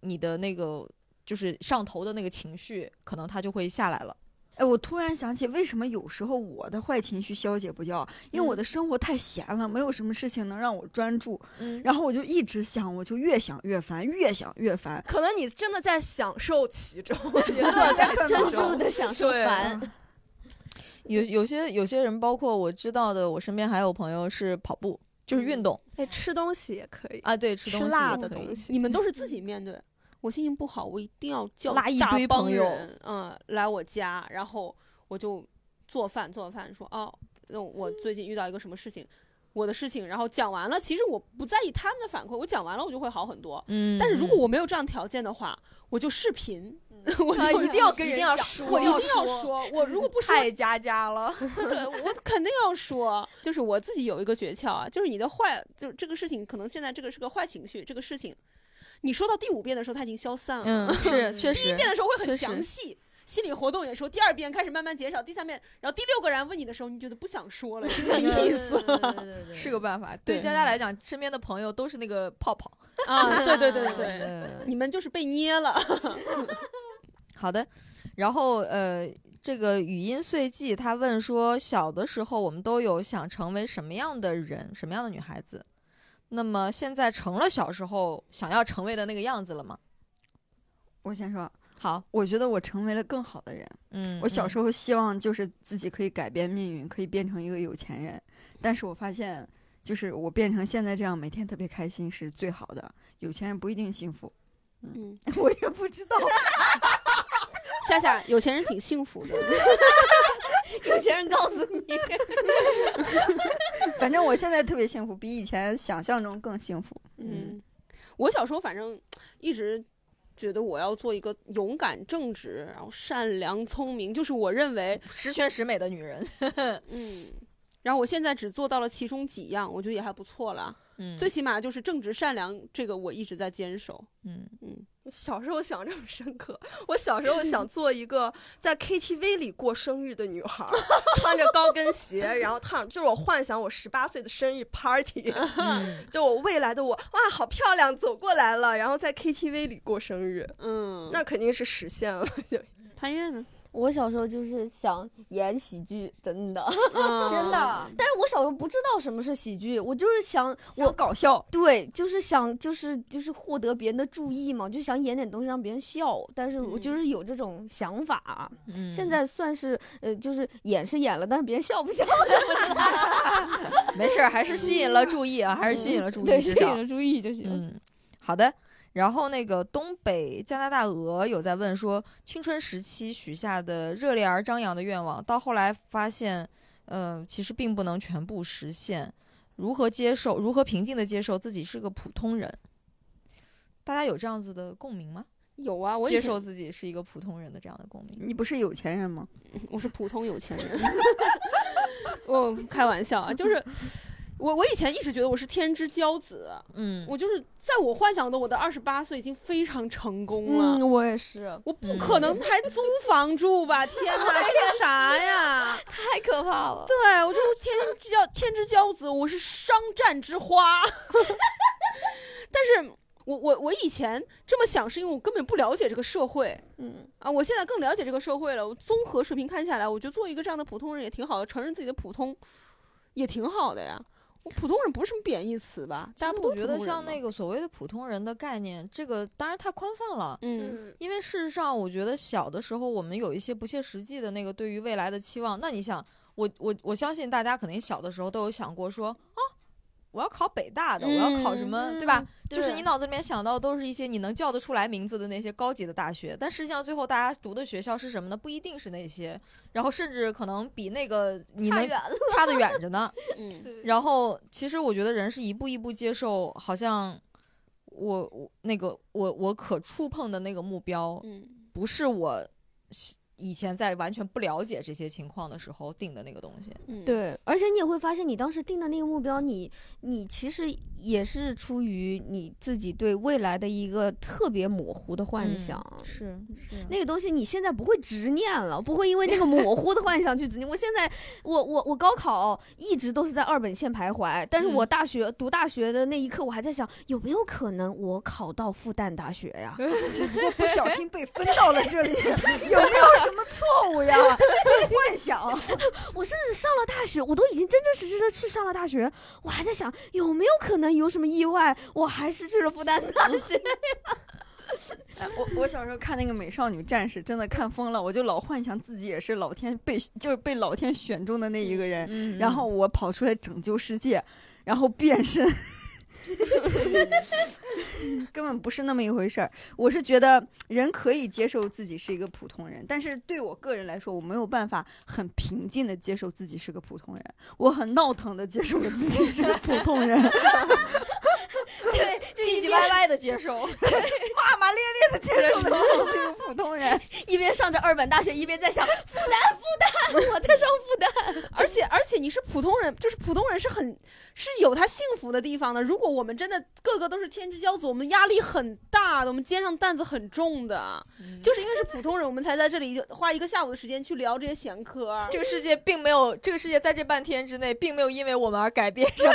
F: 你的那个就是上头的那个情绪，可能它就会下来了。
C: 哎，我突然想起，为什么有时候我的坏情绪消解不掉？因为我的生活太闲了，没有什么事情能让我专注，
F: 嗯，
C: 然后我就一直想，我就越想越烦，越想越烦。
E: 可能你真的在享受其中，你乐在其
D: 专注
E: 中。
D: 的享受
E: 对
D: 烦。
F: 有有些有些人，包括我知道的，我身边还有朋友是跑步，就是运动、
E: 哎，吃东西也可以
F: 啊，对，吃东西
E: 吃辣
F: 也可以
E: 的东西。
B: 你们都是自己面对。我心情不好，我一定要叫
F: 拉一
B: 大帮
F: 堆朋友
B: 人，嗯，来我家，然后我就做饭做饭，说哦，那我最近遇到一个什么事情，我的事情，然后讲完了，其实我不在意他们的反馈，我讲完了我就会好很多。
F: 嗯，
B: 但是如果我没有这样条件的话，我就视频，我就
F: 啊一定要跟人
E: 一定要
F: 讲
E: 说
B: 我一定要
F: 说
B: 说，我如果不说，
F: 太佳佳了。
B: 对我肯定要说。就是我自己有一个诀窍啊，就是你的坏，就是这个事情可能现在这个是个坏情绪，这个事情，你说到第五遍的时候，它已经消散了。
F: 嗯，是确实。
B: 第一遍的时候会很
F: 确实
B: 详细，心理活动也说，第二遍开始慢慢减少，第三遍，然后第六个人问你的时候，你觉得不想说了，就没意思了。
D: 对对对对
F: 是个办法。对
B: 对
F: 佳佳来讲，身边的朋友都是那个泡泡。
B: 啊，对对对对
D: 对
B: 对，你们就是被捏了。
F: 好的，然后呃，这个语音碎记他问说，小的时候我们都有想成为什么样的人，什么样的女孩子？那么现在成了小时候想要成为的那个样子了吗？
C: 我先说，
F: 好，
C: 我觉得我成为了更好的人。
F: 嗯，
C: 我小时
F: 候
C: 候希望就是自己可以改变命运，可以变成一个有钱人，但是我发现，就是我变成现在这样，每天特别开心是最好的。有钱人不一定幸福，
B: 嗯，
C: 我也不知道。
B: 夏夏，有钱人挺幸福的。
D: 有钱人告诉你，
C: 反正我现在特别幸福，比以前想象中更幸福。
B: 嗯，我小时候反正一直觉得我要做一个勇敢、正直，然后善良、聪明，就是我认为，
F: 十全十美的女人。
B: 嗯。然后我现在只做到了其中几样，我觉得也还不错了。
F: 嗯，
B: 最起码就是正直善良，这个我一直在坚守。
F: 嗯
B: 嗯，
E: 小时候想这么深刻，我小时候想做一个在 K T V 里过生日的女孩，穿着高跟鞋，然后烫，就是我幻想我十八岁的生日 party，、
F: 嗯、
E: 就我未来的我，哇，好漂亮，走过来了，然后在 K T V 里过生日，
B: 嗯，
E: 那肯定是实现了。
B: 潘越呢？
D: 我小时候就是想演喜剧，真的，
B: 嗯、
C: 真的。
D: 但是我小时候不知道什么是喜剧，我就是想我
C: 我搞笑，
D: 对，就是想就是就是获得别人的注意嘛，就想演点东西让别人笑。但是我就是有这种想法，
F: 嗯、
D: 现在算是呃，就是演是演了，但是别人笑不笑
F: 没事，还是吸引了注意啊，还是吸引了注意，
D: 对，
F: 至少
D: 吸引了注意就行。
F: 嗯，好的。然后那个东北加拿大鹅有在问说，青春时期许下的热烈而张扬的愿望，到后来发现，嗯、呃，其实并不能全部实现。如何接受？如何平静的接受自己是个普通人？大家有这样子的共鸣吗？
B: 有啊，我
F: 接受自己是一个普通人的这样的共鸣。
C: 你不是有钱人吗？
B: 我是普通有钱人。我开玩笑啊，就是。我我以前一直觉得我是天之骄子，
F: 嗯，
B: 我就是在我幻想的我的二十八岁已经非常成功了。
D: 嗯，我也是，
B: 我不可能还租房住吧？天哪，这是啥呀？
D: 太可怕了。
B: 对，我就是天骄天之骄子，我是商战之花。但是我我我以前这么想，是因为我根本不了解这个社会。
D: 嗯
B: 啊，我现在更了解这个社会了。我综合水平看下来，我觉得做一个这样的普通人也挺好的，承认自己的普通也挺好的呀。普通人不是什么贬义词吧？大家不都
F: 我觉得像那个所谓的普通人的概念，这个当然太宽泛了。
B: 嗯，
F: 因为事实上，我觉得小的时候我们有一些不切实际的那个对于未来的期望。那你想，我我我相信大家肯定小的时候都有想过说啊，我要考北大的，
B: 嗯、
F: 我要考什么，对吧？
D: 嗯
F: 就是你脑子里面想到都是一些你能叫得出来名字的那些高级的大学，但实际上最后大家读的学校是什么呢？不一定是那些，然后甚至可能比那个你能差得远着呢。
B: 嗯，
F: 然后其实我觉得人是一步一步接受，好像我我那个我我可触碰的那个目标，
B: 嗯，
F: 不是我以前在完全不了解这些情况的时候定的那个东西。
B: 嗯，
D: 对，而且你也会发现，你当时定的那个目标，你你其实也是出于你自己对未来的一个特别模糊的幻想。
F: 嗯、是是，
D: 那个东西你现在不会执念了，不会因为那个模糊的幻想去执念。我现在，我我我高考一直都是在二本线徘徊，但是我大学、嗯、读大学的那一刻，我还在想有没有可能我考到复旦大学呀？
C: 只不过不小心被分到了这里，有没有什么错误呀？幻想，
D: 我甚至上了大学，我都已经真真实实的去上了大学，我还在想有没有可能有什么意外，我还是去了复旦大学呀。
C: 我我小时候看那个《美少女战士》，真的看疯了，我就老幻想自己也是老天被就是被老天选中的那一个人，嗯嗯、然后我跑出来拯救世界，然后变身。根本不是那么一回事儿。我是觉得人可以接受自己是一个普通人，但是对我个人来说，我没有办法很平静的接受自己是个普通人，我很闹腾的接受了自己是个普通人。
D: 对，就
F: 唧唧歪歪的接受，
C: 骂骂咧咧的接受了自己是个普通人，
D: 一边上着二本大学，一边在想复旦复旦，我在上复旦。
B: 而且而且你是普通人，就是普通人是很是有他幸福的地方的。如果我们真的个个都是天之骄子，我们压力很大的，我们肩上担子很重的，嗯、就是因为是普通人，我们才在这里花一个下午的时间去聊这些闲嗑。
F: 这个世界并没有，这个世界在这半天之内，并没有因为我们而改变什么。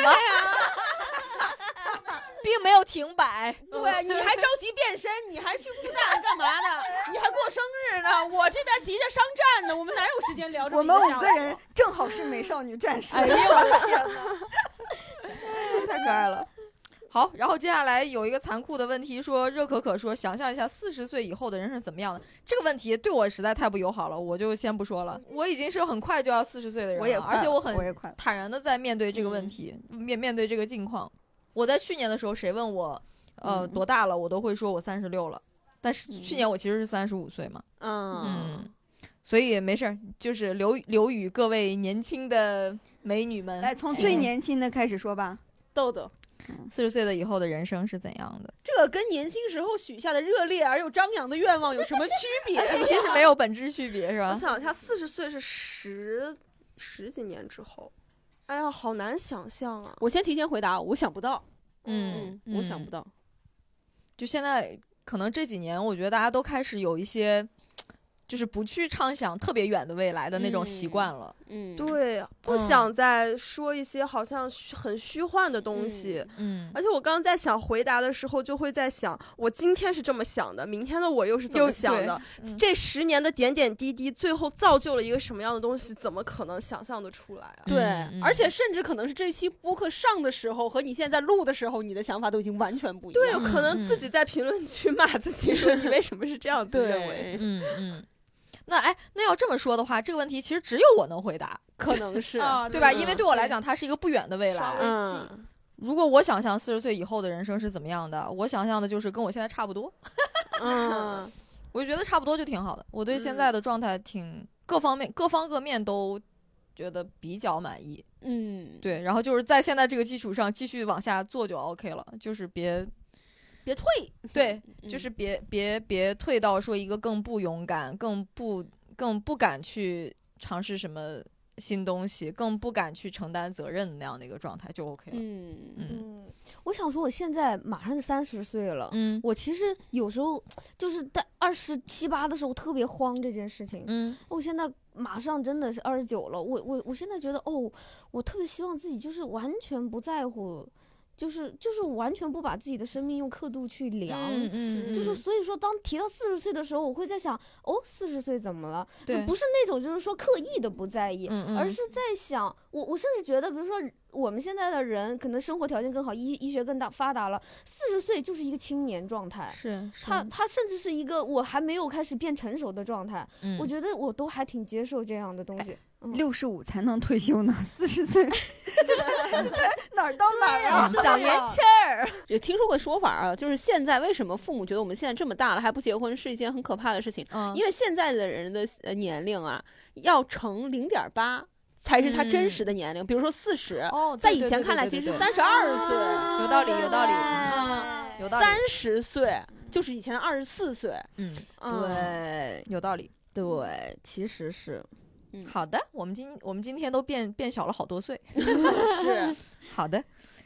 F: 并没有停摆，
B: 对，你还着急变身，你还去复旦干嘛呢？你还过生日呢？我这边急着商战呢，我们哪有时间聊这么一个
C: 我们五个人正好是美少女战士。
F: 哎呦我的天哪，太可爱了。好，然后接下来有一个残酷的问题，说热可可说，想象一下四十岁以后的人是怎么样的？这个问题对我实在太不友好了，我就先不说了。我已经是很快就要四十岁的人了，
C: 我也
F: 而且我很
C: 我也
F: 坦然的在面对这个问题，嗯、面面对这个境况。我在去年的时候，谁问我，呃，
C: 嗯、
F: 多大了，我都会说我三十六了。但是去年我其实是三十五岁嘛，
B: 嗯
F: 嗯，所以没事儿，就是留留予各位年轻的美女们。
C: 来，从最年轻的开始说吧，
B: 豆豆。
F: 四十岁的以后的人生是怎样的？
B: 这个跟年轻时候许下的热烈而又张扬的愿望有什么区别？
F: 其实没有本质区别，是吧？
E: 我想一下，四十岁是十十几年之后。哎呀，好难想象啊！
B: 我先提前回答，我想不到。
F: 嗯，
B: 嗯我想不到。
F: 就现在，可能这几年，我觉得大家都开始有一些，就是不去畅想特别远的未来的那种习惯了。
B: 嗯，
E: 对，不想再说一些好像很虚幻的东西。
F: 嗯，
E: 而且我刚刚在想回答的时候，就会在想，我今天是这么想的，明天的我又是怎么想的？嗯、这十年的点点滴滴，最后造就了一个什么样的东西？怎么可能想象得出来啊？
B: 对，
F: 嗯、
B: 而且甚至可能是这期播客上的时候和你现在录的时候，你的想法都已经完全不一样。
E: 对，有可能自己在评论区骂自己说，你为什么是这样子认为？
F: 嗯嗯。那哎，那要这么说的话，这个问题其实只有我能回答，
B: 可能是，
F: 啊、对吧？因为对我来讲，它是一个不远的未来。
B: 嗯，
F: 如果我想象四十岁以后的人生是怎么样的，我想象的就是跟我现在差不多。
B: 嗯，
F: 我就觉得差不多就挺好的。我对现在的状态挺各方面、各方各面都觉得比较满意。
B: 嗯，
F: 对。然后就是在现在这个基础上继续往下做就 OK 了，就是别。
B: 别退，
F: 对，就是别别别退到说一个更不勇敢、更不更不敢去尝试什么新东西、更不敢去承担责任的那样的一个状态就 OK 了。
B: 嗯
D: 嗯，我想说，我现在马上就三十岁了，
F: 嗯，
D: 我其实有时候就是在二十七八的时候特别慌这件事情，
F: 嗯，
D: 我现在马上真的是二十九了，我我我现在觉得哦，我特别希望自己就是完全不在乎。就是就是完全不把自己的生命用刻度去量，
F: 嗯嗯，
D: 就是所以说当提到四十岁的时候，我会在想，哦，四十岁怎么了？
F: 对，
D: 不是那种就是说刻意的不在意，
F: 嗯嗯，
D: 而是在想，我我甚至觉得，比如说我们现在的人可能生活条件更好，医医学更大发达了，四十岁就是一个青年状态，
F: 是，
D: 他他甚至是一个我还没有开始变成熟的状态，
F: 嗯，
D: 我觉得我都还挺接受这样的东西。
C: 六十五才能退休呢，四十岁哪儿到哪儿啊？
E: 小年轻儿。
B: 也听说过说法啊，就是现在为什么父母觉得我们现在这么大了还不结婚是一件很可怕的事情？
F: 嗯，
B: 因为现在的人的年龄啊，要乘零点八。才是他真实的年龄，嗯、比如说四十，
F: 哦，
B: 在以前看来其实是三十二岁，
F: 有道理，有道理，
B: 啊、
F: 嗯，有道理。
B: 三十岁就是以前的二十四岁，
F: 嗯，
D: 对，
F: 有道理，
D: 对，其实是，
F: 嗯，好的，我们今我们今天都变变小了好多岁，
B: 是
F: 好的。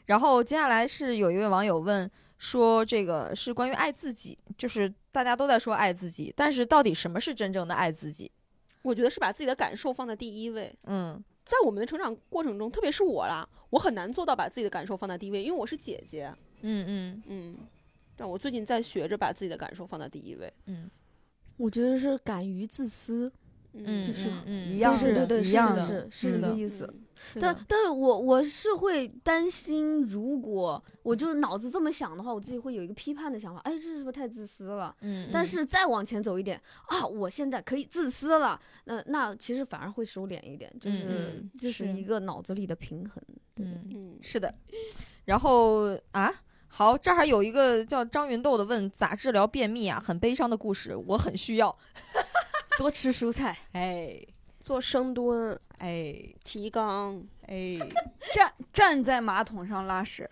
F: 然后接下来是有一位网友问说，这个是关于爱自己，就是大家都在说爱自己，但是到底什么是真正的爱自己？
B: 我觉得是把自己的感受放在第一位。
F: 嗯，
B: 在我们的成长过程中，特别是我啦，我很难做到把自己的感受放在第一位，因为我是姐姐。
F: 嗯嗯
B: 嗯，但我最近在学着把自己的感受放在第一位。
F: 嗯，
D: 我觉得是敢于自私。
F: 嗯，
D: 就是
F: 嗯
C: 一样
D: 对对对，
C: 一样
D: 的，是是一个意思。但但是我我是会担心，如果我就脑子这么想的话，我自己会有一个批判的想法，哎，这是不是太自私了？
F: 嗯，
D: 但是再往前走一点啊，我现在可以自私了，那那其实反而会收敛一点，就是
F: 嗯
D: 这是一个脑子里的平衡。
F: 嗯
B: 嗯，
F: 是的。然后啊。好，这儿还有一个叫张云豆的问咋治疗便秘啊，很悲伤的故事，我很需要。
D: 多吃蔬菜，
F: 哎，
E: 做深蹲，
F: 哎，
B: 提肛，
F: 哎，
C: 站站在马桶上拉屎，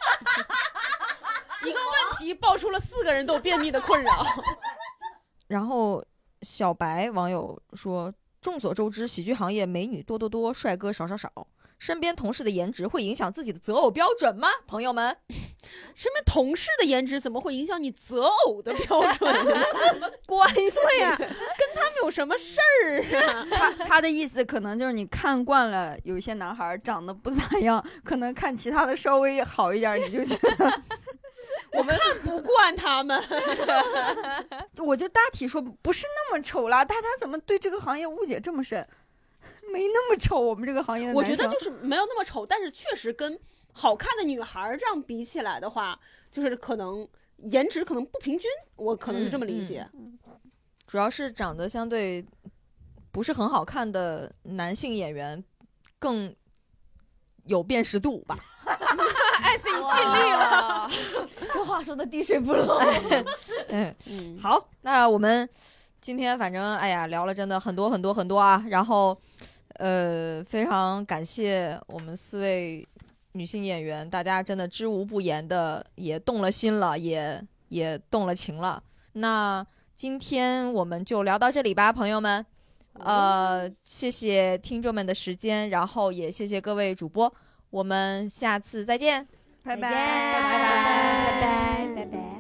B: 一个问题爆出了四个人都有便秘的困扰。
F: 然后小白网友说，众所周知，喜剧行业美女多多多，帅哥少少少。身边同事的颜值会影响自己的择偶标准吗？朋友们，
B: 身边同事的颜值怎么会影响你择偶的标准？
F: 关系
B: 对呀、啊，跟他们有什么事儿啊？
C: 他他的意思可能就是你看惯了有一些男孩长得不咋样，可能看其他的稍微好一点，你就觉得
B: 我们看不惯他们。
C: 我就大体说不是那么丑啦，大家怎么对这个行业误解这么深？没那么丑，我们这个行业的
B: 我
C: 男生
B: 觉得就是没有那么丑，但是确实跟好看的女孩这样比起来的话，就是可能颜值可能不平均，我可能是这么理解。
F: 嗯嗯、主要是长得相对不是很好看的男性演员更有辨识度吧。
B: 爱自己尽力了，
D: 这话说的滴水不漏。
F: 嗯嗯，好，那我们。今天反正哎呀聊了真的很多很多很多啊，然后呃非常感谢我们四位女性演员，大家真的知无不言的，也动了心了，也也动了情了。那今天我们就聊到这里吧，朋友们。呃，谢谢听众们的时间，然后也谢谢各位主播，我们下次再见，
C: 拜拜
D: 拜
C: 拜
D: 拜
C: 拜拜拜拜。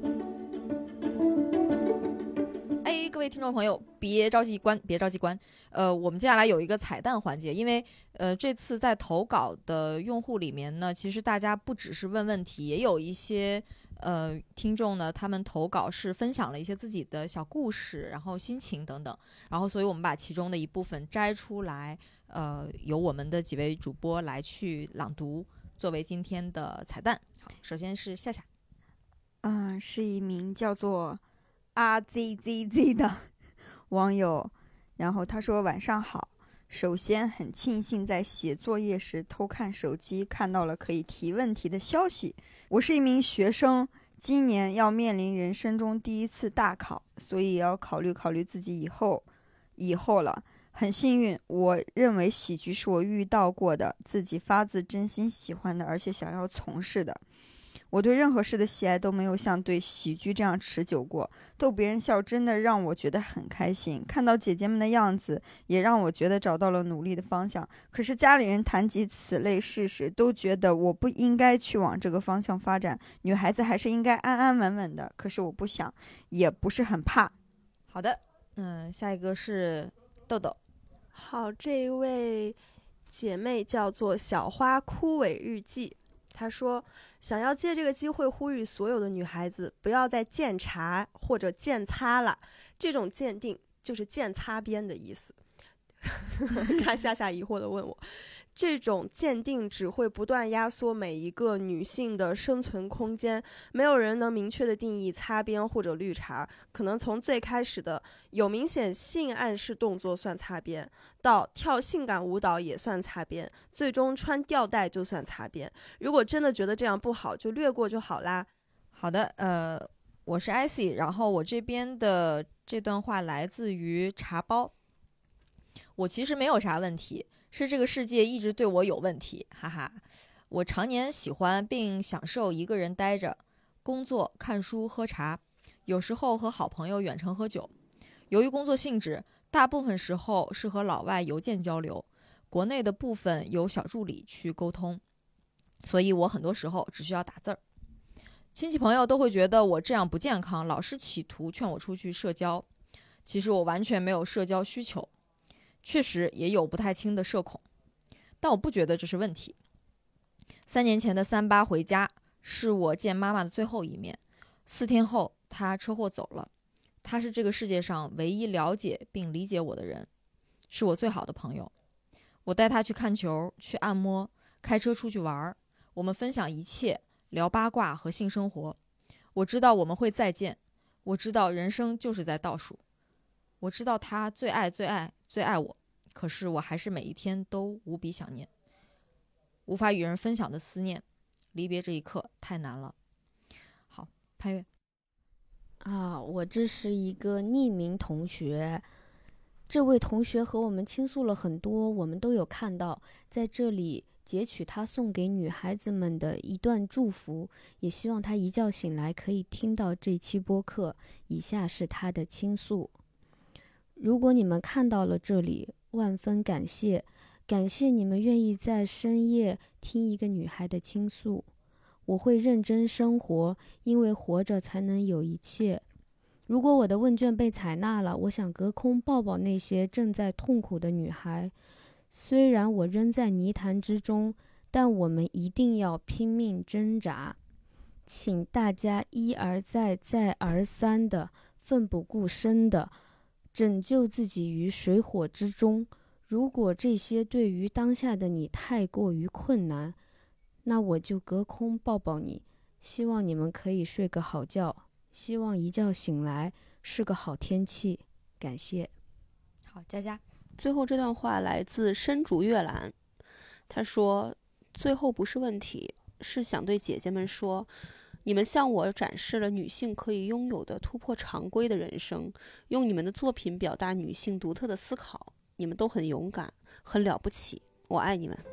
F: 哎，各位听众朋友，别着急关，别着急关。呃，我们接下来有一个彩蛋环节，因为呃，这次在投稿的用户里面呢，其实大家不只是问问题，也有一些呃听众呢，他们投稿是分享了一些自己的小故事，然后心情等等，然后所以我们把其中的一部分摘出来，呃，由我们的几位主播来去朗读，作为今天的彩蛋。好，首先是夏夏，
C: 嗯，是一名叫做R Z Z Z 的网友，然后他说晚上好，首先很庆幸在写作业时偷看手机看到了可以提问题的消息。我是一名学生，今年要面临人生中第一次大考，所以也要考虑考虑自己以后以后了。很幸运，我认为喜剧是我遇到过的自己发自真心喜欢的，而且想要从事的。我对任何事的喜爱都没有像对喜剧这样持久过，逗别人笑真的让我觉得很开心，看到姐姐们的样子也让我觉得找到了努力的方向。可是家里人谈及此类事时都觉得我不应该去往这个方向发展，女孩子还是应该安安稳稳的。可是我不想，也不是很怕。
F: 好的，嗯，下一个是豆豆。
E: 好，这一位姐妹叫做小花枯萎日记，她说想要借这个机会呼吁所有的女孩子不要再鉴察或者鉴擦了，这种鉴定就是鉴擦边的意思。看夏夏疑惑的问我，这种鉴定只会不断压缩每一个女性的生存空间，没有人能明确的定义擦边或者绿茶，可能从最开始的有明显性暗示动作算擦边，到跳性感舞蹈也算擦边，最终穿吊带就算擦边。如果真的觉得这样不好，就略过就好啦。
F: 好的，呃，我是 icy， 然后我这边的这段话来自于茶包。我其实没有啥问题，是这个世界一直对我有问题，哈哈。我常年喜欢并享受一个人待着，工作、看书、喝茶，有时候和好朋友远程喝酒。由于工作性质，大部分时候是和老外邮件交流，国内的部分由小助理去沟通。 所以我很多时候只需要打字儿。亲戚朋友都会觉得我这样不健康，老是企图劝我出去社交。其实我完全没有社交需求，确实也有不太轻的社恐，但我不觉得这是问题。三年前的三八回家是我见妈妈的最后一面，四天后她车祸走了。她是这个世界上唯一了解并理解我的人，是我最好的朋友。我带她去看球，去按摩，开车出去玩，我们分享一切，聊八卦和性生活。我知道我们会再见，我知道人生就是在倒数，我知道他最爱最爱最爱我，可是我还是每一天都无比想念，无法与人分享的思念，离别这一刻太难了。好，潘越。
D: 啊，我这是一个匿名同学，这位同学和我们倾诉了很多，我们都有看到，在这里截取他送给女孩子们的一段祝福，也希望他一觉醒来可以听到这期播客。以下是他的倾诉。如果你们看到了这里，万分感谢，感谢你们愿意在深夜听一个女孩的倾诉。我会认真生活，因为活着才能有一切。如果我的问卷被采纳了，我想隔空抱抱那些正在痛苦的女孩。虽然我仍在泥潭之中，但我们一定要拼命挣扎。请大家一而再再而三的奋不顾身的拯救自己于水火之中。如果这些对于当下的你太过于困难，那我就隔空抱抱你。希望你们可以睡个好觉，希望一觉醒来是个好天气。感谢。
F: 好，佳佳。
E: 最后这段话来自深竹月兰，他说：最后不是问题，是想对姐姐们说，你们向我展示了女性可以拥有的突破常规的人生，用你们的作品表达女性独特的思考，你们都很勇敢，很了不起，我爱你们。